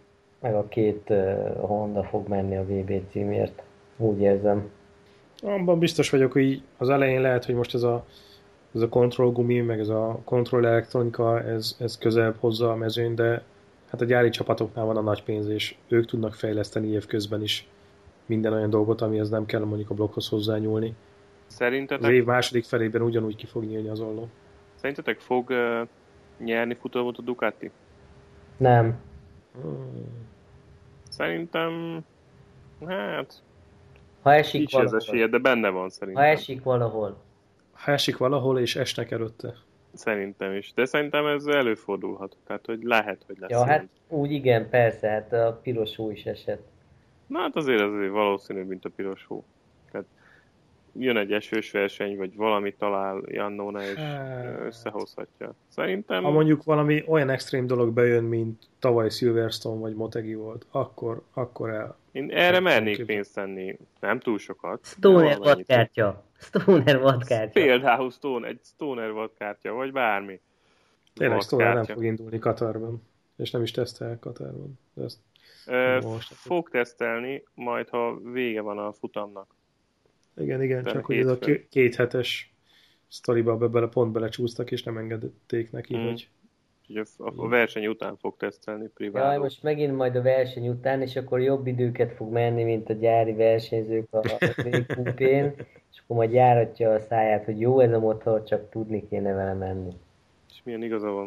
meg a két uh, Honda fog menni a vé bé címért. Úgy érzem. Abban biztos vagyok, hogy így az elején lehet, hogy most ez a, ez a kontrollgumi, meg ez a kontroll elektronika, ez, ez közelebb hozza a mezőny, de hát a gyári csapatoknál van a nagy pénz, és ők tudnak fejleszteni évközben is minden olyan dolgot, amihez nem kell mondjuk a blokkhoz hozzányúlni. Szerintetek, Az év második felében ugyanúgy ki fog nyílni az olló. szerintetek fog uh, nyerni futamot a Ducati? Nem. Hmm. Szerintem, hát, Ha esik kicsi ez valahol. esélye, de benne van szerintem. Ha esik valahol. Ha esik valahol, és esnek előtte. Szerintem is. De szerintem ez előfordulhat. Tehát, hogy lehet, hogy lesz. Ja, hát úgy igen, persze, hát a piros hó is esett. Na hát azért azért valószínűbb, mint a piros hó. Tehát jön egy esős verseny, vagy valami talál Jannone, és összehozhatja. Szerintem... Ha mondjuk valami olyan extrém dolog bejön, mint tavaly Silverstone vagy Motegi volt, akkor, akkor el... Én erre mernék pénzt tenni. Nem túl sokat. Stoner vadkártya. Stoner vadkártya. Például Stone, egy Stoner vadkártya, vagy bármi. Tényleg Stoner nem fog indulni Katarban. És nem is tesztel Katarban. De ezt Ö, fog tesztelni, majd ha vége van a futamnak. Igen, igen, De csak hogy ez a két hetes sztoriba be bele, pont belecsúsztak, és nem engedték neki, mm. hogy... Ugye a, a verseny után fog tesztelni privátban. Jaj, most megint majd a verseny után, és akkor jobb időket fog menni, mint a gyári versenyzők a végkúpén, és akkor majd járatja a száját, hogy jó ez a motor, csak tudni kéne vele menni. És milyen igaza van?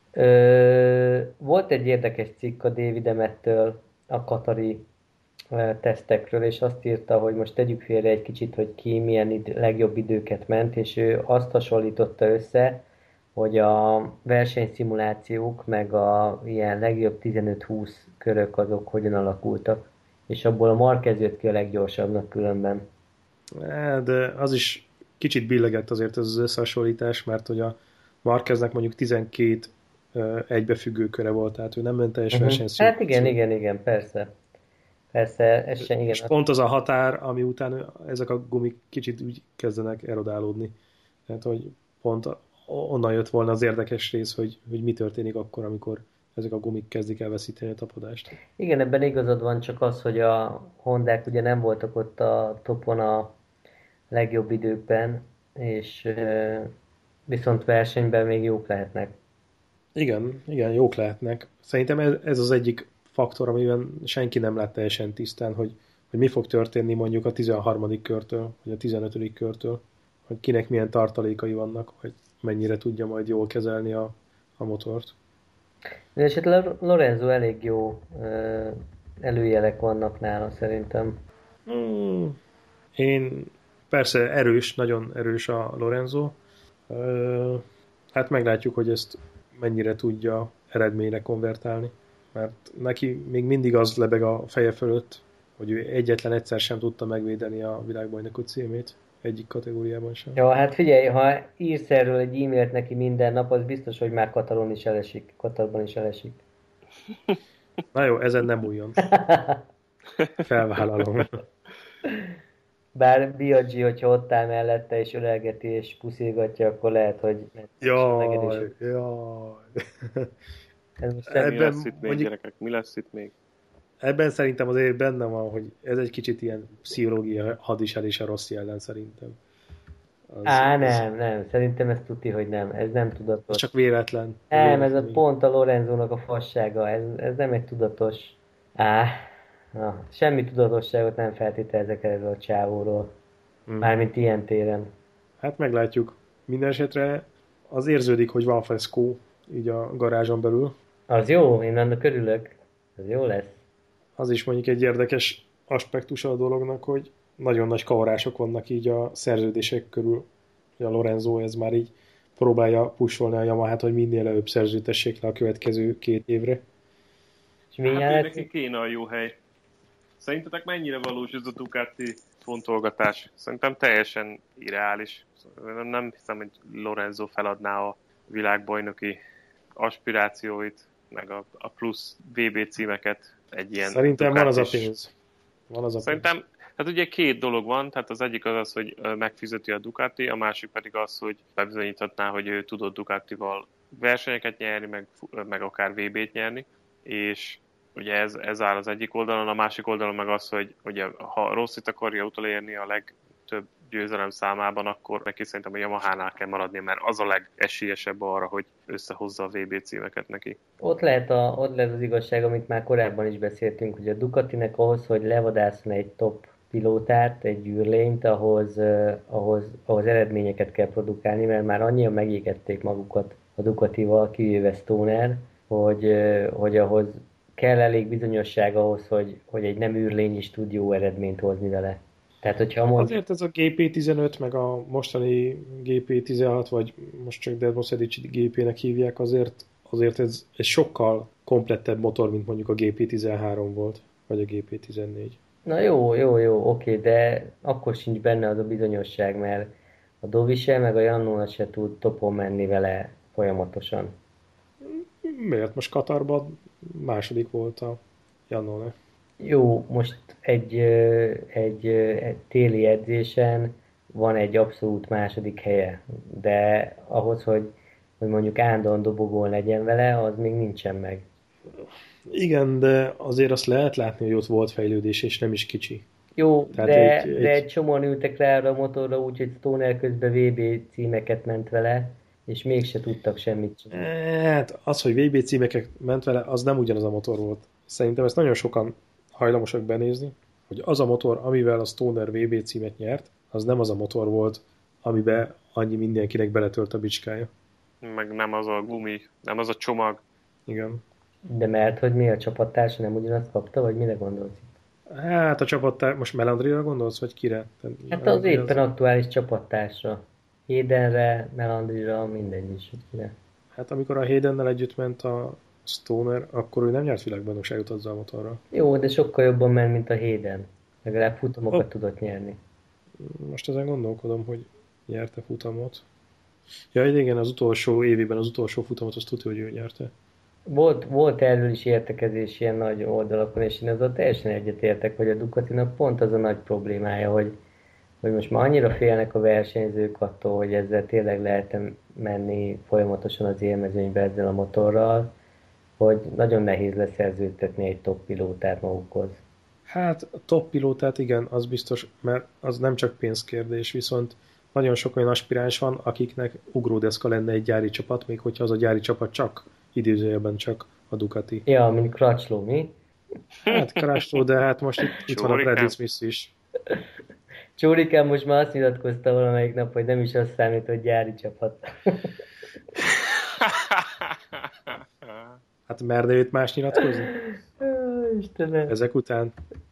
Ö, volt egy érdekes cikk a David Emmettől a katari ö, tesztekről, és azt írta, hogy most tegyük félre egy kicsit, hogy ki milyen id- legjobb időket ment, és ő azt hasonlította össze, hogy a versenyszimulációk, meg a ilyen legjobb tizenöt-húsz körök azok hogyan alakultak, és abból a Marquez jött ki a leggyorsabbnak különben. De az is kicsit billegett azért ez az összehasonlítás, mert hogy a Marqueznek mondjuk tizenkét egybefüggő köre volt, tehát ő nem ment teljes uh-huh. versenyszimuláció. Hát igen, igen, igen, persze. Persze, ez sem, igen. És pont az a határ, ami után ezek a gumik kicsit úgy kezdenek erodálódni. Tehát, hogy pont onnan jött volna az érdekes rész, hogy, hogy mi történik akkor, amikor ezek a gumik kezdik el veszíteni a tapadást. Igen, ebben igazad van, csak az, hogy a Hondák ugye nem voltak ott a topon a legjobb időkben, és viszont versenyben még jók lehetnek. Igen, igen, jók lehetnek. Szerintem ez, ez az egyik faktor, amiben senki nem lát teljesen tisztán, hogy, hogy mi fog történni mondjuk a tizenharmadik körtől, vagy a tizenötödik körtől, hogy kinek milyen tartalékai vannak, vagy mennyire tudja majd jól kezelni a, a motort. De esetleg Lorenzo elég jó előjelek vannak nála szerintem. Hmm. Én persze erős, nagyon erős a Lorenzo. Hát meglátjuk, hogy ezt mennyire tudja eredményre konvertálni. Mert neki még mindig az lebeg a feje fölött, hogy ő egyetlen egyszer sem tudta megvédeni a világbajnoki címét. Egyik kategóriában sem. Ja, hát figyelj, ha írsz erről egy e-mailt neki minden nap, az biztos, hogy már Kataron is elesik. Katarban is elesik. Na jó, ezen nem újon. Felvállalom. Bár Biaggi, hogyha ott áll mellette és ölelgeti és puszilgatja, akkor lehet, hogy... Jaj, jaj. Ez most ebben, mi lesz itt még, mondjuk, gyerekek? Mi lesz itt még? Ebben szerintem azért benne van, hogy ez egy kicsit ilyen pszichológia hadviselés a rossz ellen szerintem. Az, Á, nem, az... nem. Szerintem ez tuti, hogy nem. Ez nem tudatos. Ez csak véletlen. Nem, ez a pont a Lorenzónak a fassága. Ez, ez nem egy tudatos. Á, na, semmi tudatosságot nem feltételezek erről a csávóról. Hmm. Mármint ilyen téren. Hát meglátjuk. Minden esetre az érződik, hogy van feszkó így a garázson belül. Az jó, én annak örülök. Ez jó lesz. Az is mondjuk egy érdekes aspektusa a dolognak, hogy nagyon nagy kavarások vannak így a szerződések körül. A Lorenzo ez már így próbálja pusolni a Yamahát, hogy minél előbb szerződtessék le a következő két évre. És hát ő neki kéne a jó hely. Szerintetek mennyire valós ez a Ducati fontolgatás? Szerintem teljesen irreális. Nem hiszem, hogy Lorenzo feladná a világbajnoki aspirációit, meg a, a plusz vé bé címeket egy ilyen... Szerintem van az a pénz. Van az a Szerintem, pénz. hát ugye két dolog van, tehát az egyik az az, hogy megfizeti a Ducati, a másik pedig az, hogy bebizonyíthatná, hogy ő tudott Ducatival versenyeket nyerni, meg, meg akár vé bét nyerni, és ugye ez, ez áll az egyik oldalon, a másik oldalon meg az, hogy ugye, ha Rossit akarja utolérni a legtöbb győzelem számában, akkor neki szerintem a Yamahánál kell maradni, mert az a legesélyesebb arra, hogy összehozza a vé bé címeket neki. Ott lehet, a, ott lehet az igazság, amit már korábban is beszéltünk, hogy a Ducatinek ahhoz, hogy levadászon egy top pilótát, egy űrlényt, ahhoz, eh, ahhoz, ahhoz eredményeket kell produkálni, mert már annyian megégették magukat a Ducatival, kivéve Stoner, hogy, eh, hogy ahhoz kell elég bizonyosság ahhoz, hogy, hogy egy nem űrlény is tud jó eredményt hozni vele. Tehát, hogyha mond... Azért ez a gé pé tizenöt, meg a mostani gé pé tizenhat, vagy most csak Dermosedici gé pének hívják, azért, azért ez egy sokkal komplettebb motor, mint mondjuk a gé pé tizenhárom volt, vagy a gé pé tizennégy. Na jó, jó, jó, oké, de akkor sincs benne az a bizonyosság, mert a Dovi se, meg a Jannona se tud topon menni vele folyamatosan. Miért? Most Katarban második volt a Jannone. Jó, most egy, ö, egy, ö, egy téli edzésen van egy abszolút második helye, de ahhoz, hogy, hogy mondjuk állandóan dobogón legyen vele, az még nincsen meg. Igen, de azért azt lehet látni, hogy ott volt fejlődés, és nem is kicsi. Jó, Tehát de egy- egy, egy- de egy csomóan ültek rá arra a motorra, úgyhogy Stoner közben vé bé címeket ment vele, és mégse tudtak semmit csinálni. Hát az, hogy vé bé címeket ment vele, az nem ugyanaz a motor volt. Szerintem ezt nagyon sokan hajlamosak benézni, hogy az a motor, amivel a Stoner vé bé címet nyert, az nem az a motor volt, amiben annyi mindenkinek beletört a bicskája. Meg nem az a gumi, nem az a csomag. Igen. De mert, hogy mi a csapattársa nem ugyanazt kapta, vagy mire gondolsz? Hát a csapattár, most Melandrira gondolsz, vagy kire? Hát az éppen aktuális csapattársra. Haydenre, Melandrira, mindegy is, hogy kire. Hát amikor a Haydennel együtt ment a Stoner, akkor ő nem nyert világbajnokságot azzal a motorral. Jó, de sokkal jobban ment, mint a Hayden. Legalább futamokat Hopp. tudott nyerni. Most ezen gondolkodom, hogy nyerte futamot. Ja, igen, az utolsó évében az utolsó futamot, azt tudja, hogy ő nyerte. Volt, volt erről is értekezés ilyen nagy oldalakon, és én azzal teljesen egyetértek, hogy a Ducatinak pont az a nagy problémája, hogy, hogy most már annyira félnek a versenyzők attól, hogy ezzel tényleg lehet menni folyamatosan az élmezőnybe ezzel a motorral, hogy nagyon nehéz leszerződtetni egy top pilótát magukhoz. Hát a top pilótát igen, az biztos, mert az nem csak pénzkérdés, viszont nagyon sok olyan aspiráns van, akiknek ugródeszka lenne egy gyári csapat, még hogyha az a gyári csapat csak, idézőjelben csak a Ducati. Ja, mint Crutchlow, mi? Hát Crutchlow, de hát most itt, itt van a Csórikám. Bradley Smith is. Csórikám most már azt nyilatkozta valamelyik nap, hogy nem is azt számít, hogy gyári csapat. Hát merne őt más nyilatkozni? Ó, Istenem, Ezek után.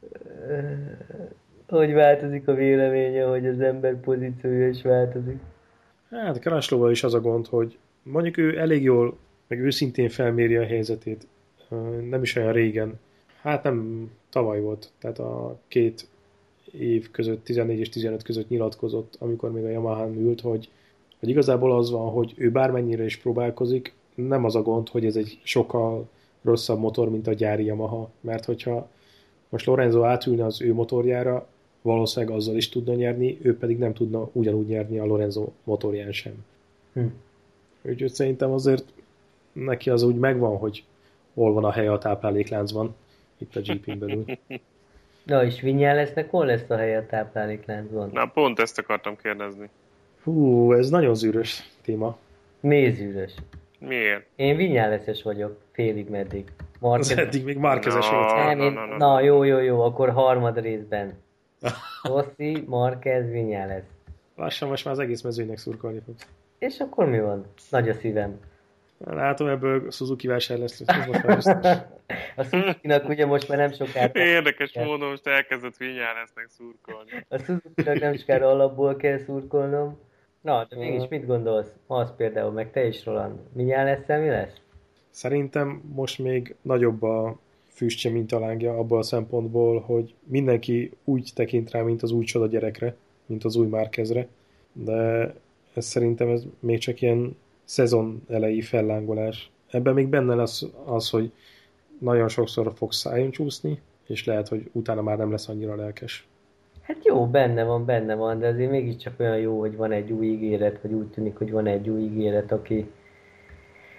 hogy változik a véleménye, hogy az ember pozíciója is változik. Hát Crutchlowval is az a gond, hogy mondjuk ő elég jól, meg őszintén felméri a helyzetét. Nem is olyan régen. Hát nem tavaly volt, tehát a két év között, tizennégy és tizenöt között nyilatkozott, amikor még a Yamahán ült, hogy, hogy igazából az van, hogy ő bármennyire is próbálkozik, nem az a gond, hogy ez egy sokkal rosszabb motor, mint a gyári Yamaha, mert hogyha most Lorenzo átülne az ő motorjára, valószínűleg azzal is tudna nyerni, ő pedig nem tudna ugyanúgy nyerni a Lorenzo motorján sem. Hm. Úgyhogy szerintem azért neki az úgy megvan, hogy hol van a helye a táplálékláncban, itt a gé pén belül. Na és Vinyálesznek hol lesz a helye a táplálékláncban? Na, pont ezt akartam kérdezni. Hú, ez nagyon zűrös téma. Mézűrös. Miért? Én Vinyáleszes vagyok, félig meddig. Az Marquez... eddig még Márkezes No. volt. Nem, Na, én... na, na, Na, jó, jó, jó, akkor harmad részben. Rossi, Marquez, Vinyálesz. Lassan most már az egész mezőnynek szurkolni fog. És akkor mi van? Nagy a szívem. Látom, ebből Suzuki vásár lesz. Ez most már biztos. A Suzuki-nak ugye most már nem sokára... Érdekes módon most elkezdett Vinyálesznek szurkolni. A Suzuki-nak nem sokára alapból kell szurkolnom. Na, de mégis mit gondolsz? Az például, meg te is, Roland. Vinyálesszel mi lesz? Szerintem most még nagyobb a füstje, mint a lángja abból a szempontból, hogy mindenki úgy tekint rá, mint az új csoda gyerekre, mint az új Márquezre, de ez szerintem ez még csak ilyen szezon elejé fellángolás. Ebben még benne lesz az, hogy nagyon sokszor fog szájon csúszni, és lehet, hogy utána már nem lesz annyira lelkes. Hát jó, benne van, benne van, de azért mégiscsak olyan jó, hogy van egy új ígéret, vagy úgy tűnik, hogy van egy új ígéret, aki,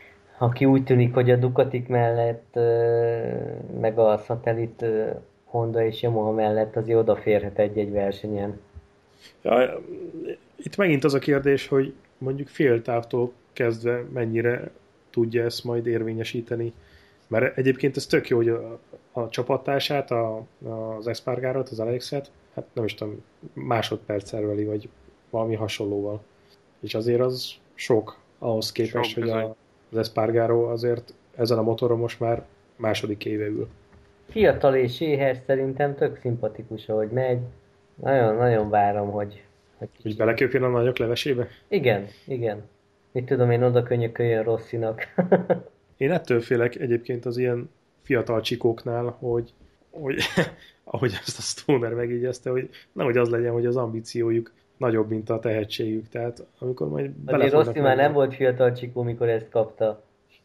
aki úgy tűnik, hogy a Ducatik mellett, meg a szatellit Honda és Yamaha mellett azért odaférhet egy-egy versenyen. Ja, itt megint az a kérdés, hogy mondjuk féltávtól kezdve mennyire tudja ezt majd érvényesíteni. Mert egyébként ez tök jó, hogy a, a csapattársát, a, az Espargarót, az Alexet, hát nem is tudom, másodperccel veli, vagy valami hasonlóval. És azért az sok ahhoz képest, sok, hogy a, az Espargaró azért ezen a motoron most már második éve ül. Fiatal és éhes, szerintem tök szimpatikus, ahogy megy. Nagyon-nagyon várom, hogy... Hogy, hogy beleköpjön a nagyok levesébe? Igen, igen. Mit tudom én, oda könyököljön Rossinak. Én ettől félek egyébként az ilyen fiatal csikóknál, hogy, hogy ahogy ezt a Stoner megígyezte, hogy nehogy az legyen, hogy az ambíciójuk nagyobb, mint a tehetségük. Tehát amikor majd azért Rossi már nem volt fiatal csikó, mikor ezt kapta.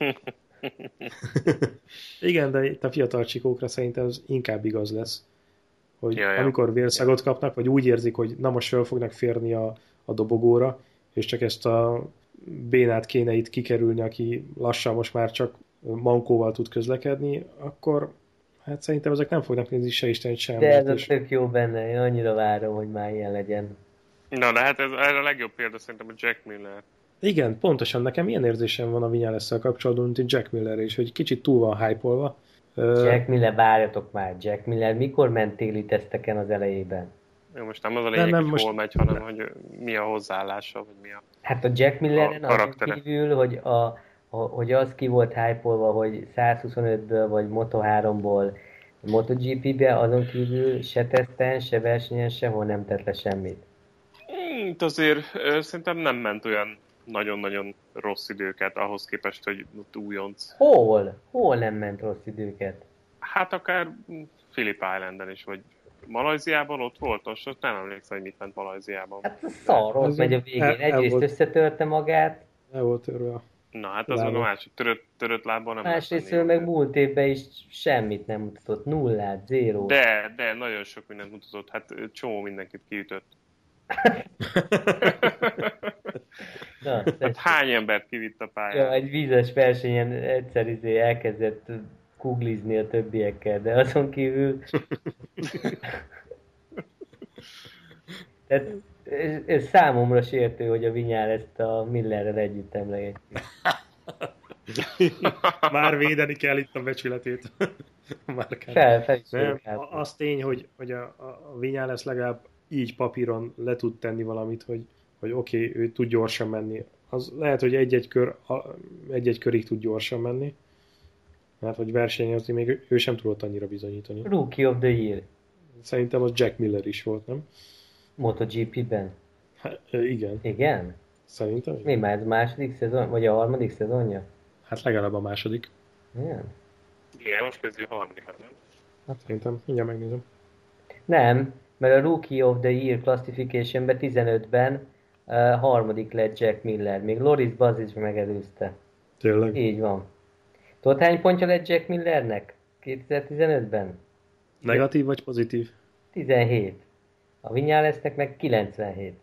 Igen, de itt a fiatal csikókra szerintem ez inkább igaz lesz. Hogy ja, ja. amikor vérszagot kapnak, vagy úgy érzik, hogy na most fel fognak férni a, a dobogóra, és csak ezt a bénát kéne itt kikerülni, aki lassan most már csak mankóval tud közlekedni, akkor hát szerintem ezek nem fognak nézni se Isten, sem. De ez a tök jó benne, én annyira várom, hogy már ilyen legyen. Na, de hát ez, ez a legjobb példa szerintem a Jack Miller. Igen, pontosan nekem ilyen érzésem van a Viñales-szel kapcsolatban, mint egy Jack Miller is, hogy kicsit túl van hype-olva. Jack Miller, várjatok már, Jack Miller mikor ment téli teszteken az elejében? Jó, most nem az a lényeg, nem, nem, hogy most... hol megy, hanem hogy mi a hozzáállása, vagy mi a Hát a Jack Milleren azon kívül, hogy, a, a, hogy az ki volt hype-olva, hogy százhuszonötből vagy Moto háromból MotoGP-be, azon kívül se teszten, se versenyen, sehol nem tett le semmit. Itt azért szerintem nem ment olyan nagyon-nagyon rossz időket ahhoz képest, hogy újonc. Hol? Hol nem ment rossz időket? Hát akár Phillip Islanden is, vagy Malajziában ott volt, most nem emlékszem, hogy mit ment Malajziában. Hát a szar, ott megy a végén. El, Egyrészt el összetörte magát. El volt törve. Na hát az meg a másik, törött, törött lábban nem. Másrészt meg múlt évben is semmit nem mutatott, nullát, zéró. De, de nagyon sok mindent mutatott, hát csomó mindenkit kiütött. Na, hát hány embert kivitt a pályán? Ja, egy vízes versenyen egyszer izé elkezdett googlizni a többiekkel, de azon kívül... Tehát ez, ez számomra sértő, hogy a Vinyál ezt a Millerrel együtt emlegetjük. Már védeni kell itt a becsületét. Már fel, fel Nem, az tény, hogy, hogy a, a Vinyál lesz legalább így papíron le tud tenni valamit, hogy, hogy oké, okay, ő tud gyorsan menni. Az lehet, hogy egy-egy, kör, egy-egy körig tud gyorsan menni, mert hogy versenyezni még ő sem tudott annyira bizonyítani. Rookie of the Year. Szerintem az Jack Miller is volt, nem? MotoGP-ben? Hát, igen. Igen? Szerintem. Mi már ez a második szezon, vagy a harmadik szezonja? Hát legalább a második. Igen? Igen, most közül a harmadik, nem? Hát szerintem, mindjárt megnézem. Nem, mert a Rookie of the Year Classification-ben tizenötben uh, harmadik lett Jack Miller, még Loris Baz is megelőzte. Tényleg? Így van. Tudod, hány pontja lett Jack Millernek kétezer-tizenötben? Negatív vagy pozitív? tizenhét. A Viñalesnek meg kilencvenhét.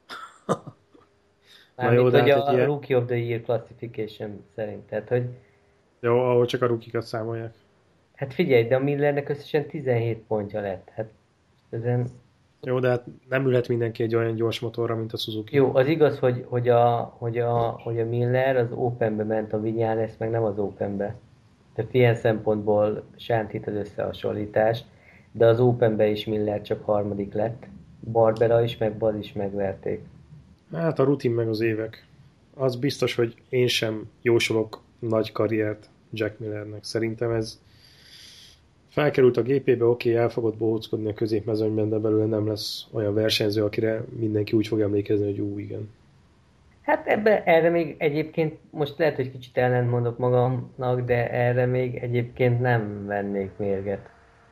Mármint, jó, hogy hát a ilyen... Rookie of the Year Classification szerint. Tehát, hogy... Jó, ahol csak a rookikat számolják. Hát figyelj, de a Millernek összesen tizenhét pontja lett. Hát ezen... Jó, de hát nem ülhet mindenki egy olyan gyors motorra, mint a Suzuki. Jó, az igaz, hogy, hogy, a, hogy, a, hogy a Miller az Openbe ment, a Viñales meg nem az Openbe. Tehát ilyen szempontból sántít az összehasonlítás, de az Openbe is Miller csak harmadik lett. Barbera is, meg Baz is megverték. Hát a rutin meg az évek. Az biztos, hogy én sem jósolok nagy karriert Jack Millernek. Szerintem ez felkerült a gé pé-be, oké, okay, el fogod bohóckodni a középmezőnyben, de belőle nem lesz olyan versenyző, akire mindenki úgy fog emlékezni, hogy ú, igen. Hát ebbe, erre még egyébként, most lehet, hogy kicsit ellentmondok magamnak, de erre még egyébként nem vennék mérget.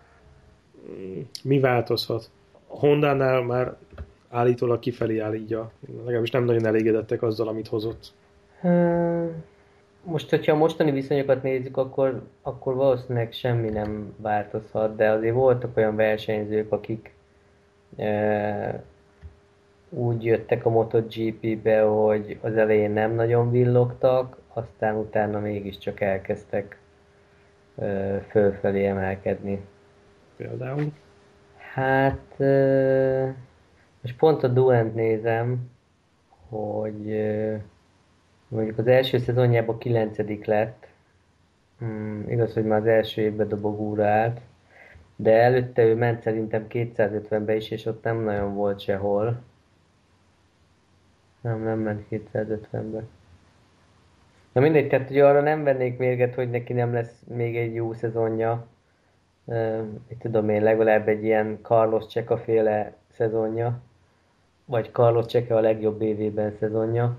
Mi változhat? A Hondánál már állítólag kifelé áll így a... Legalábbis nem nagyon elégedettek azzal, amit hozott. Most, hogyha a mostani viszonyokat nézzük, akkor, akkor valószínűleg semmi nem változhat, de azért voltak olyan versenyzők, akik e, úgy jöttek a MotoGP-be, hogy az elején nem nagyon villogtak, aztán utána mégiscsak elkezdtek ö, fölfelé emelkedni. Például. Hát ö, most pont a Duent nézem, hogy ö, mondjuk az első szezonjában kilencedik lett. Hmm, igaz, hogy már az első évben dobogóra állt, de előtte ő ment szerintem kétszázötvenbe is, és ott nem nagyon volt sehol. Nem, nem ment kétszázötvenbe. Na mindegy, tehát ugye arra nem vennék mérget, hogy neki nem lesz még egy jó szezonja. Uh, mit tudom én, legalább egy ilyen Carlos Cseka féle szezonja, vagy Carlos Cseka a legjobb évében szezonja,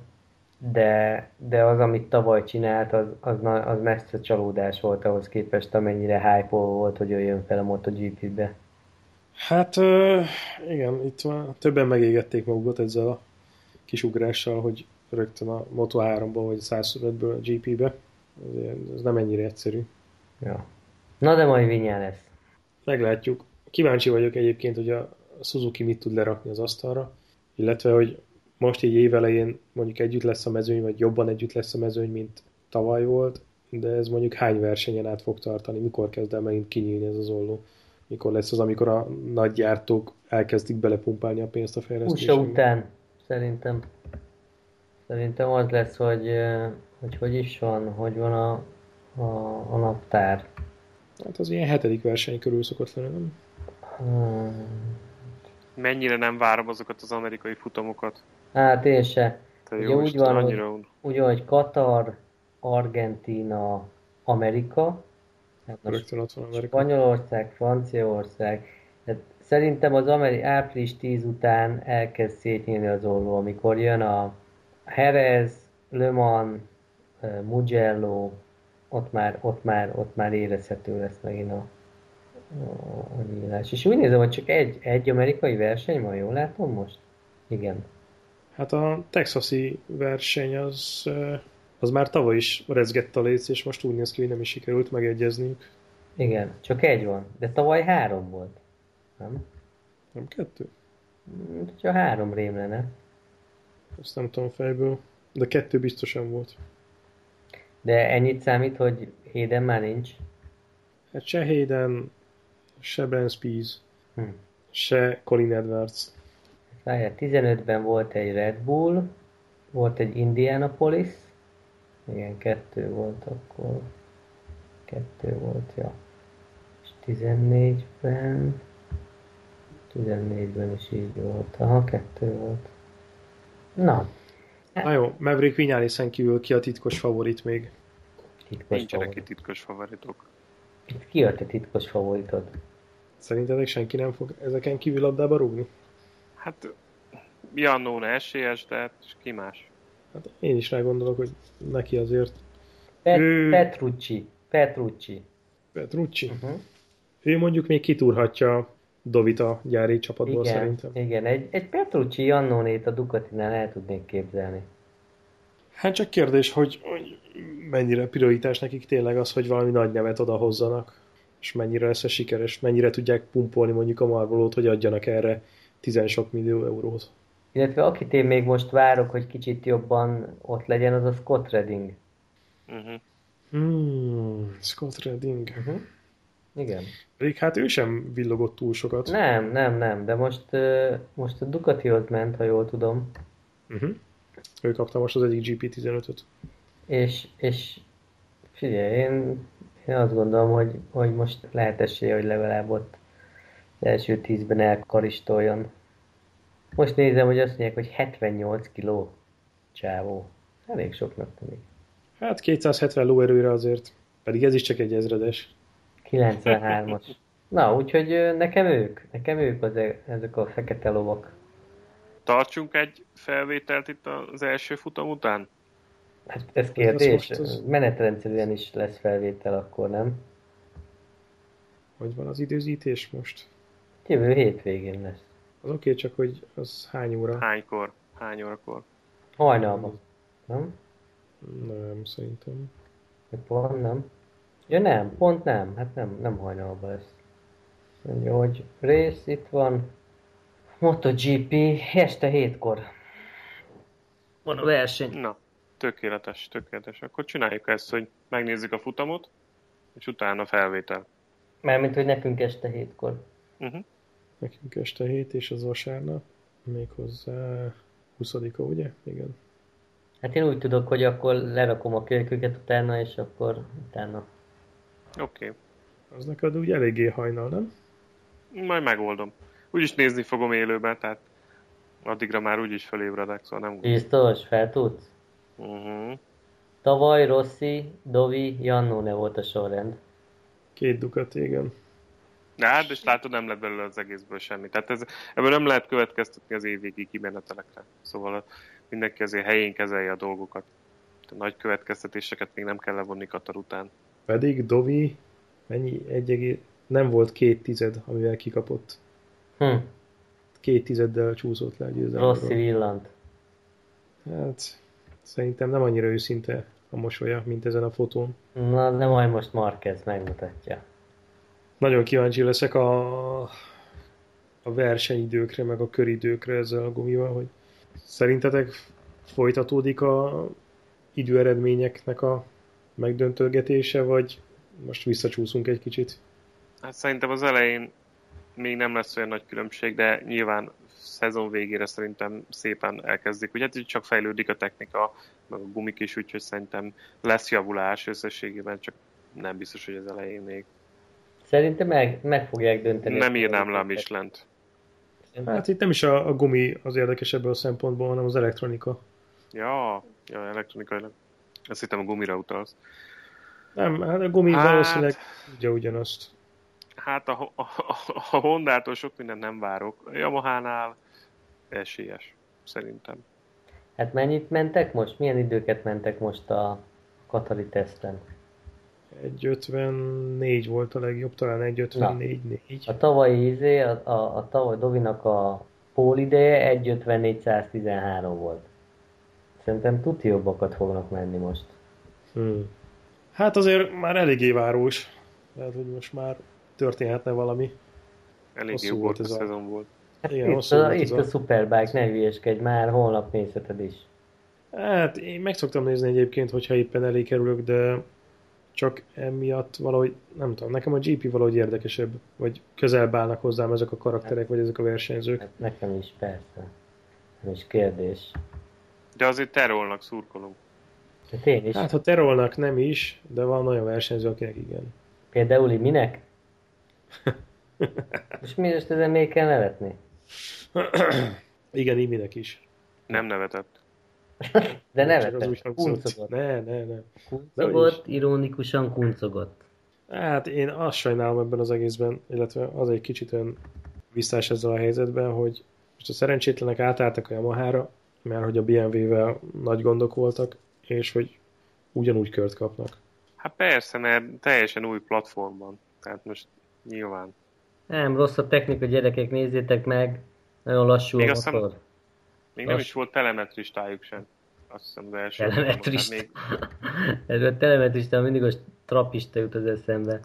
de, de az, amit tavaly csinált, az, az, na- az messze csalódás volt ahhoz képest, amennyire hype volt, hogy ő jön fel a MotoGP-be. Hát ö, igen, itt van, többen megégették magukat ezzel a kis ugrással, hogy rögtön a Moto háromból vagy a százötből a gé pé-be. Ez, ez nem ennyire egyszerű. Ja. Na de majd Vinyá lesz. Meglátjuk. Kíváncsi vagyok egyébként, hogy a Suzuki mit tud lerakni az asztalra, illetve, hogy most így évelején mondjuk együtt lesz a mezőny, vagy jobban együtt lesz a mezőny, mint tavaly volt, de ez mondjuk hány versenyen át fog tartani, mikor kezd el megint kinyílni ez az olló, mikor lesz az, amikor a nagy gyártók elkezdik belepumpálni a pénzt a u es á fejlesztésekbe. után szerintem. Szerintem az lesz, hogy eh, hogy, hogy is van, hogy van a, a, a naptár. Hát az ilyen hetedik verseny körül szokott lenni, nem? Hmm. Mennyire nem várom azokat az amerikai futamokat. Hát én se. Te Ugye jó úgy Isten, van, hogy, annyira un. ugye, hogy Katar, Argentína, Amerika, hát most Rögtön ott van Amerika. Spanyolország, Franciaország. Tehát szerintem az ameri- április tíz után elkezd szétnyílni az olló, amikor jön a Jerez, Le Mans, eh, Mugello, ott már, ott már, ott már érezhető lesz megint a, a, a nyílás. És úgy nézem, hogy csak egy, egy amerikai verseny van, jól látom most? Igen. Hát a texasi verseny az, eh, az már tavaly is rezgett a léc, és most úgy néz ki, hogy nem is sikerült megegyezniük. Igen, csak egy van. De tavaly három volt. Nem? Nem kettő? Mm, hogyha három rém lenne. Azt nem tudom fejből. De kettő biztosan volt. De ennyit számít, hogy Hayden már nincs. Hát se Hayden, se Ben Spies, Hm. se Colin Edwards. Várjál, tizenötben volt egy Red Bull, volt egy Indianapolis. Igen, kettő volt akkor. Kettő volt, ja. És tizennégyben... tizennégyben is így volt. Aha, kettő volt. Na, Na jó, Maverick Vinales-en kívül ki a titkos favorit még? titkos Nincsenek itt favorit. titkos favoritok. Ki a te titkos favoritod? Szerintetek senki nem fog ezeken kívül labdába rúgni? Hát Jannone esélyes, de hát ki más? Hát én is rá gondolok, hogy neki azért Pet- Ő- Petrucci. Petrucci. Petrucci. Uh-huh. Ő mondjuk még kitúrhatja Dovit a gyári csapatból Igen, szerintem. igen. Egy, egy Petrucci Jannonét a Ducatinál el tudnék képzelni. Hát csak kérdés, hogy, hogy mennyire prioritás nekik tényleg az, hogy valami nagy nevet odahozzanak, és mennyire lesz ez sikeres, mennyire tudják pumpolni mondjuk a Marvelót, hogy adjanak erre tizen sok millió eurót. Illetve akit én még most várok, hogy kicsit jobban ott legyen, az a Scott Redding. Uh-huh. Hmm, Scott Redding. Uh-huh. Igen. Pedig hát ő sem villogott túl sokat. Nem, nem, nem, de most, uh, most a Ducatihoz ment, ha jól tudom. Uh-huh. Ő kapta most az egyik gé pé tizenötöt. És, és figyelj, én, én azt gondolom, hogy, hogy most lehet esélye, hogy legalább ott az első tízben elkaristoljon. Most nézem, hogy azt mondják, hogy hetvennyolc kiló csávó. Elég soknak tűnik. Hát kétszázhetven lóerőre azért, pedig ez is csak egy ezredes. kilencvenhármas. Na, úgyhogy ö, nekem ők, nekem ők az, e- ezek a fekete lovak. Tartsunk egy felvételt itt az első futam után? Hát ez kérdés, most az- menetrendszerűen is lesz felvétel akkor, nem? Hogy van az időzítés most? Jövő hétvégén lesz. Az oké, csak hogy az hány óra? Hánykor? Hány órakor? Hajnalban. Nem? Nem, szerintem. Vagy pont nem? Ja nem, pont nem. Hát nem, nem hajnalban lesz. Mondja, hogy rész itt van. MotoGP este hétkor. Van a verseny. Na, Tökéletes, tökéletes. Akkor csináljuk ezt, hogy megnézzük a futamot, és utána felvétel. Mármint, hogy nekünk este hétkor. Uh-huh. Nekünk este hét, és az vasárnap. Méghozzá huszadika, ugye? Igen. Hát én úgy tudok, hogy akkor lerakom a kölyküket utána, és akkor utána. Oké. Okay. Az neked úgy eléggé hajnal, nem? Majd megoldom. Úgyis nézni fogom élőben, tehát addigra már úgyis felébredek, szóval nem gondolom. Biztos, fel tudsz? Uh-huh. Tavaly Rossi, Dovi, Jannone volt a sorrend. Két Ducati, igen. De hát, és látod, nem lett belőle az egészből semmi. Tehát ez, ebből nem lehet következtetni az évvégi kimenetelekre. Szóval mindenki azért helyén kezelje a dolgokat. A nagy következtetéseket még nem kell levonni Katar után. Pedig Dovi mennyi? Egy egész... Nem volt két tized, amivel kikapott. Hm. Két tizeddel csúszott le a győzelemről. Rossi villant. Hát szerintem nem annyira őszinte a mosolya, mint ezen a fotón. Na, de majd most Marquez megmutatja. Nagyon kíváncsi leszek a, a versenyidőkre, meg a köridőkre ezzel a gumival, hogy szerintetek folytatódik a időeredményeknek a megdöntölgetése, vagy most visszacsúszunk egy kicsit? Hát szerintem az elején még nem lesz olyan nagy különbség, de nyilván szezon végére szerintem szépen elkezdik. Ugye hát csak fejlődik a technika, meg a gumik is, úgyhogy szerintem lesz javulás összességében, csak nem biztos, hogy az elején még. Szerintem meg, meg fogják dönteni. Nem írnám le a Michelint. Hát itt nem is a, a gumi az érdekes ebből a szempontból, hanem az elektronika. Ja, ja, elektronikailag. Ezt hittem a gumira utalsz. Nem, hát a gumi hát... valószínűleg ugye ugyanazt. Hát a, a, a, a Hondától sok mindent nem várok. A Yamahánál esélyes, szerintem. Hát mennyit mentek most? Milyen időket mentek most a katari teszten? egy ötvennégy volt a legjobb, talán egy ötvennégy négy. A tavalyi izé, a, a, a tavaly Dovinak a pólideje egy ötvennégy száztizenhárom volt. Szerintem tuti jobbakat fognak menni most. Hmm. Hát azért már eléggé város. Lehet, hogy most már történhetne valami. Eléggé jó volt a szezon volt. Hát igen, itt a, itt a, a Superbike, ne hülyeskedj, már holnap nézheted is. Hát én meg szoktam nézni egyébként, hogyha éppen elé kerülök, de csak emiatt valahogy, nem tudom, nekem a gé pé valahogy érdekesebb, vagy közelebb állnak hozzám ezek a karakterek, vagy ezek a versenyzők. Hát nekem is, persze. Nem is kérdés. De azért terolnak szurkolunk. Hát én is. Hát ha terolnak nem is, de van olyan versenyző, akinek igen. Például minek? És miért ezen még kell nevetni? Igen, Iminek is. Nem nevetett. De nevetett, kuncogott. Ne, ne, ne. Kuncogott, ironikusan kuncogott. Hát én azt sajnálom ebben az egészben, illetve az egy kicsit olyan visszás ezzel a helyzetben, hogy most a szerencsétlenek átálltak a Yamahára, mert hogy a bé em vé-vel nagy gondok voltak, és hogy ugyanúgy kört kapnak. Hát persze, mert teljesen új platformban. Tehát most nyilván. Nem, rossz a technika, gyerekek, nézzétek meg. Nagyon lassú még a aztán, motor. Még nem is volt telemetristájuk sem. Azt hiszem az első. Telemetrista. Még... Ez a telemetrista mindig a trapista jut az eszembe.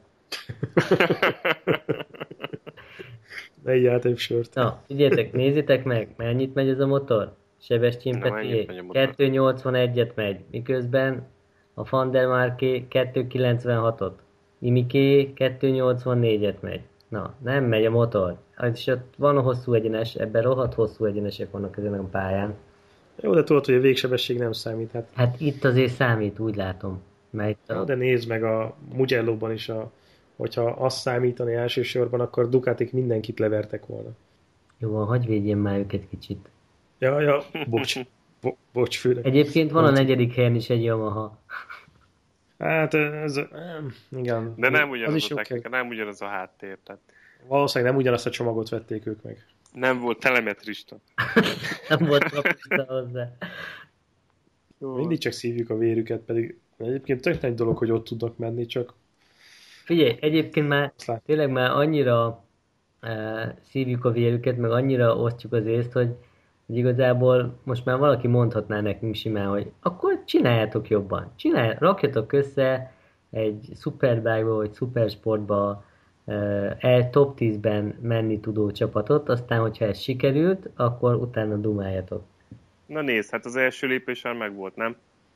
Ne így át egy sört. Na, figyeljetek, nézzétek meg, mennyit megy ez a motor? Sebestyén Peti kettő nyolcvanegyet megy, miközben a Van der Marke kettő kilencvenhatot. Imiké kettő nyolcvannégyet megy. Na, nem megy a motor. És ott van a hosszú egyenes, ebben rohadt hosszú egyenesek vannak ezen a pályán. Jó, de tudod, hogy a végsebesség nem számít. Hát, hát itt azért számít, úgy látom. Mert a... De nézd meg a Mugello-ban is, a, hogyha azt számítani elsősorban, akkor Ducatik mindenkit levertek volna. Jó, van, hagyj védjen már őket kicsit. Ja, ja, bocs. Bo- bocs, főleg. Egyébként van a negyedik helyen is egy Yamaha. Hát ez, igen. De nem ugyanaz az a technika, nem ugyanaz a háttér. Tehát... Valószínűleg nem ugyanazt a csomagot vették ők meg. Nem volt telemetrista. Nem volt telemetrista hozzá. Mindig csak szívjuk a vérüket, pedig egyébként tök nagy dolog, hogy ott tudnak menni, csak... Figyelj, egyébként már tényleg már annyira uh, szívjuk a vérüket, meg annyira osztjuk az észt, hogy hogy igazából most már valaki mondhatná nekünk simán, hogy akkor csináljátok jobban. Csinálj, rakjatok össze egy Superbike-ba vagy Supersportba el top tízben menni tudó csapatot, aztán, hogyha ez sikerült, akkor utána dumáljatok. Na nézd, hát az első lépés már megvolt, nem?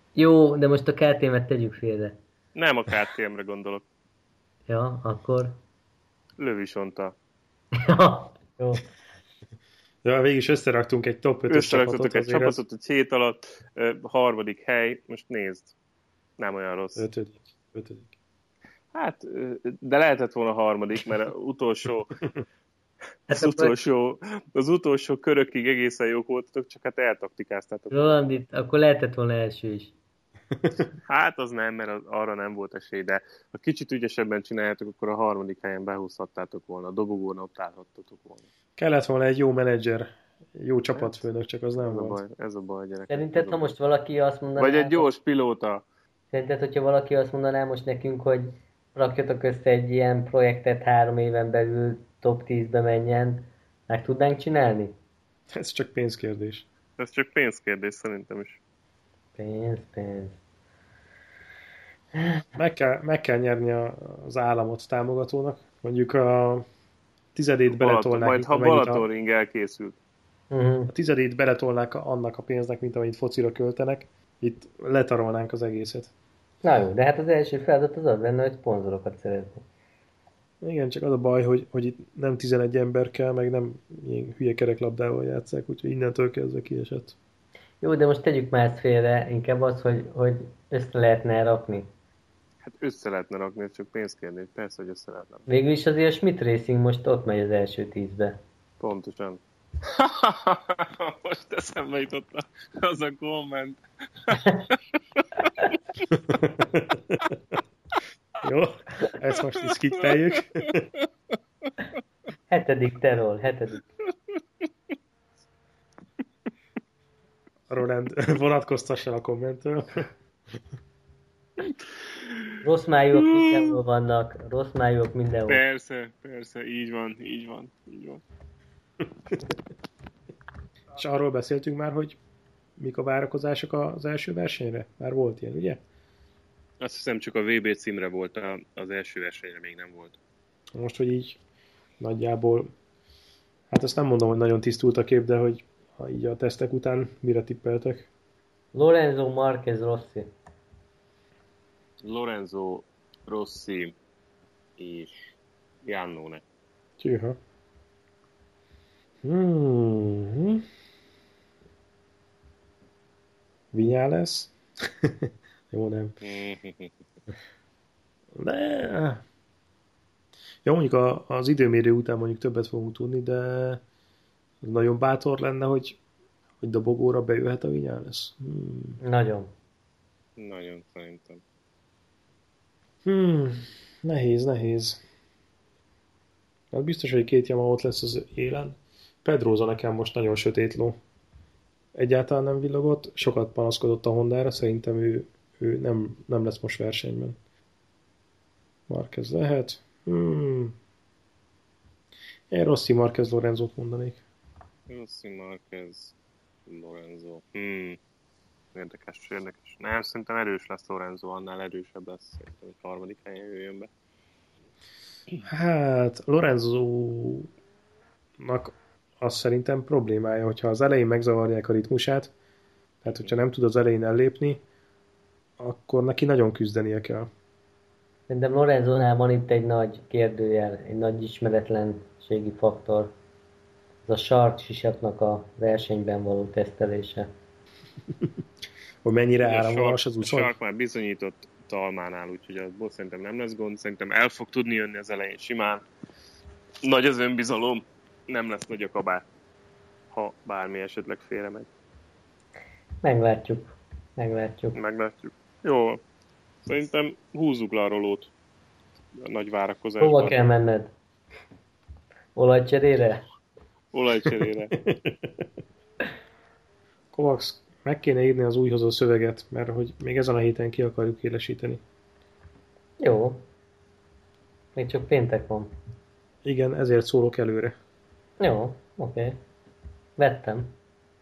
Jó, de most a ká té em-et tegyük félre. Nem a ká té em-re gondolok. Ja, akkor... Lövisonta. Ja, jó. Ja, végig is összeraktunk egy top ötös Összeraktatok csapatot, egy azért az csapatot egy hét alatt, ö, harmadik hely, most nézd, nem olyan rossz. ötödik. ötödik. Hát, ö, de lehetett volna harmadik, mert az utolsó, az Hát akkor utolsó, az utolsó körökig egészen jók voltatok, csak hát eltaktikáztátok. Roland itt, akkor lehetett volna első is. Hát az nem, mert az, arra nem volt esély, de ha kicsit ügyesebben csináljátok, akkor a harmadik helyen behúzhattátok volna, a dobogón ott állhattatok volna. Kellett volna egy jó menedzser, jó Hát, csapatfőnök, csak az nem ez a volt. baj, ez a baj, gyerekek. Szerinted, ez a ha baj. most valaki azt mondaná... Vagy egy gyors pilóta. Szerinted, hogyha valaki azt mondaná most nekünk, hogy rakjatok össze egy ilyen projektet három éven belül top tízbe menjen, meg tudnánk csinálni? Ez csak pénzkérdés. Ez csak pénzkérdés szerintem is. Pénz, pénz. Meg kell, meg kell nyerni a, az államot támogatónak. Mondjuk a tizedét Balaton, beletolnák, majd mint ha amennyit a, Balatonring elkészült. Uh-huh. a tizedét beletolnák annak a pénznek, mint amit focira költenek, itt letarolnánk az egészet. Na jó, de hát az első feladat az az lenne, hogy szponzorokat szerezni. Igen, csak az a baj, hogy, hogy itt nem tizenegy ember kell, meg nem ilyen hülye kereklabdával játszák, úgyhogy innentől kezdve kiesett. Jó, de most tegyük már ezt félre, inkább az, hogy, hogy össze lehetne rakni. Hát össze lehetne rakni, ez csak pénzkérdés. Persze, hogy össze lehetne. Végül is azért a Schmidt Racing most ott megy az első tízbe. Pontosan. Most eszembe jutott az a komment. Jó, ezt most is skippeljük. Hetedik terol, hetedik. Roland, vonatkoztassál a kommentől. Rossz májúak mindenhol vannak, rossz májúak mindenhol. Persze, persze, így van, így van, így van. És arról beszéltünk már, hogy mik a várakozások az első versenyre? Már volt ilyen, ugye? Azt hiszem csak a vé bé címre volt, az első versenyre még nem volt. Most, hogy így nagyjából, hát azt nem mondom, hogy nagyon tisztult a kép, de hogy ha így a tesztek után mire tippeltek? Lorenzo Marquez Rossi. Lorenzo Rossi és Iannone. Tűha. Hmm. Vinyales? Jó, nem. De... Jó, mondjuk a, az időmérő után mondjuk többet fogunk tudni, de az nagyon bátor lenne, hogy, hogy dobogóra bejöhet a Vinyales. Hmm. Nagyon. Nagyon szerintem. Hmm. Nehéz, nehéz. Hát biztos, hogy két Yamaha ott lesz az élen. Pedrosa nekem most nagyon sötét ló. Egyáltalán nem villogott, sokat panaszkodott a Hondára, szerintem ő, ő nem, nem lesz most versenyben. Marquez lehet. Hmm. Én Rossi, Marquez, Lorenzót mondanék. Rossi, Marquez, Lorenzo. Hmm. Érdekes, érdekes. Nem, szerintem erős lesz Lorenzo, annál erősebb lesz. Szerintem egy harmadik helyen jöjjön be. Hát Lorenzónak az szerintem problémája, hogyha az elején megzavarják a ritmusát, tehát hogyha nem tud az elején ellépni, akkor neki nagyon küzdenie kell. Szerintem Lorenzónál van itt egy nagy kérdőjel, egy nagy ismeretlenségi faktor. Ez a sark sisaknak a versenyben való tesztelése. Hogy mennyire A áramvonalas Sark- az A úszon? Sark már bizonyított Talmánál, úgyhogy abból szerintem nem lesz gond. Szerintem el fog tudni jönni az elején simán. Nagy az önbizalom, nem lesz nagy a kabát, ha bármi esetleg félre megy. Meglátjuk. Meglátjuk. Meglátjuk. Jó, szerintem húzzuk le a rolót a nagy várakozásban. Hova kell menned? Olajcserére? Olajcserére. Kovacs, meg kéne írni az újhozó szöveget, mert hogy még ezen a héten ki akarjuk élesíteni. Jó. Még csak péntek van. Igen, ezért szólok előre. Jó, oké. Okay. Vettem.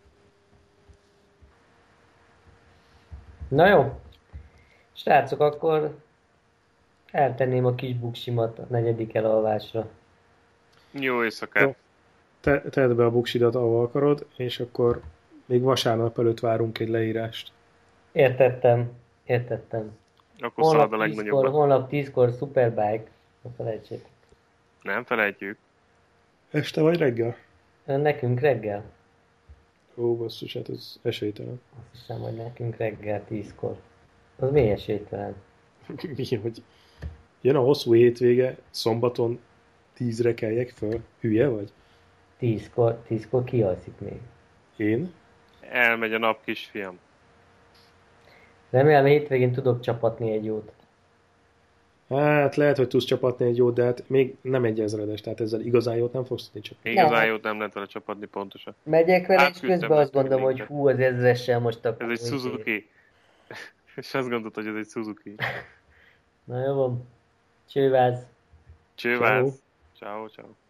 Na jó. Srácok, akkor eltenném a kis buksimat a negyedik elalvásra. Jó éjszakát. Jó. Te, tedd be a buksidat, ahol akarod, és akkor még vasárnap előtt várunk egy leírást. Értettem, értettem. Akkor szalad a Holnap tízkor, legnagyobbat. holnap tízkor Superbike. Ne felejtsétek. Nem felejtjük. Este vagy reggel? Nekünk reggel. Ó, basszus, hát ez esélytelen. Azt hiszem, hogy nekünk reggel tízkor. Az mi esélytelen? Mi, hogy jön a hosszú hétvége, szombaton tízre keljek föl? Hülye vagy? Tízkor, tízkor ki alszik még? Én? Elmegy a nap, kisfiam. Remélem hétvégén tudok csapatni egy jót. Hát lehet, hogy tudsz csapatni egy jót, de hát még nem egy ezredes, tehát ezzel igazán jót nem fogsz tudni csapatni. Igazán Nem. jót nem lehet vele csapatni pontosan. Megyek vele, és Átküldtem közben azt nektek gondolom, hogy linket. hú, az ezressel most akkor... Ez egy Suzuki. És azt gondolt, hogy ez egy Suzuki. Na jó van. Csőváz. Csővász. Ciao, ciao.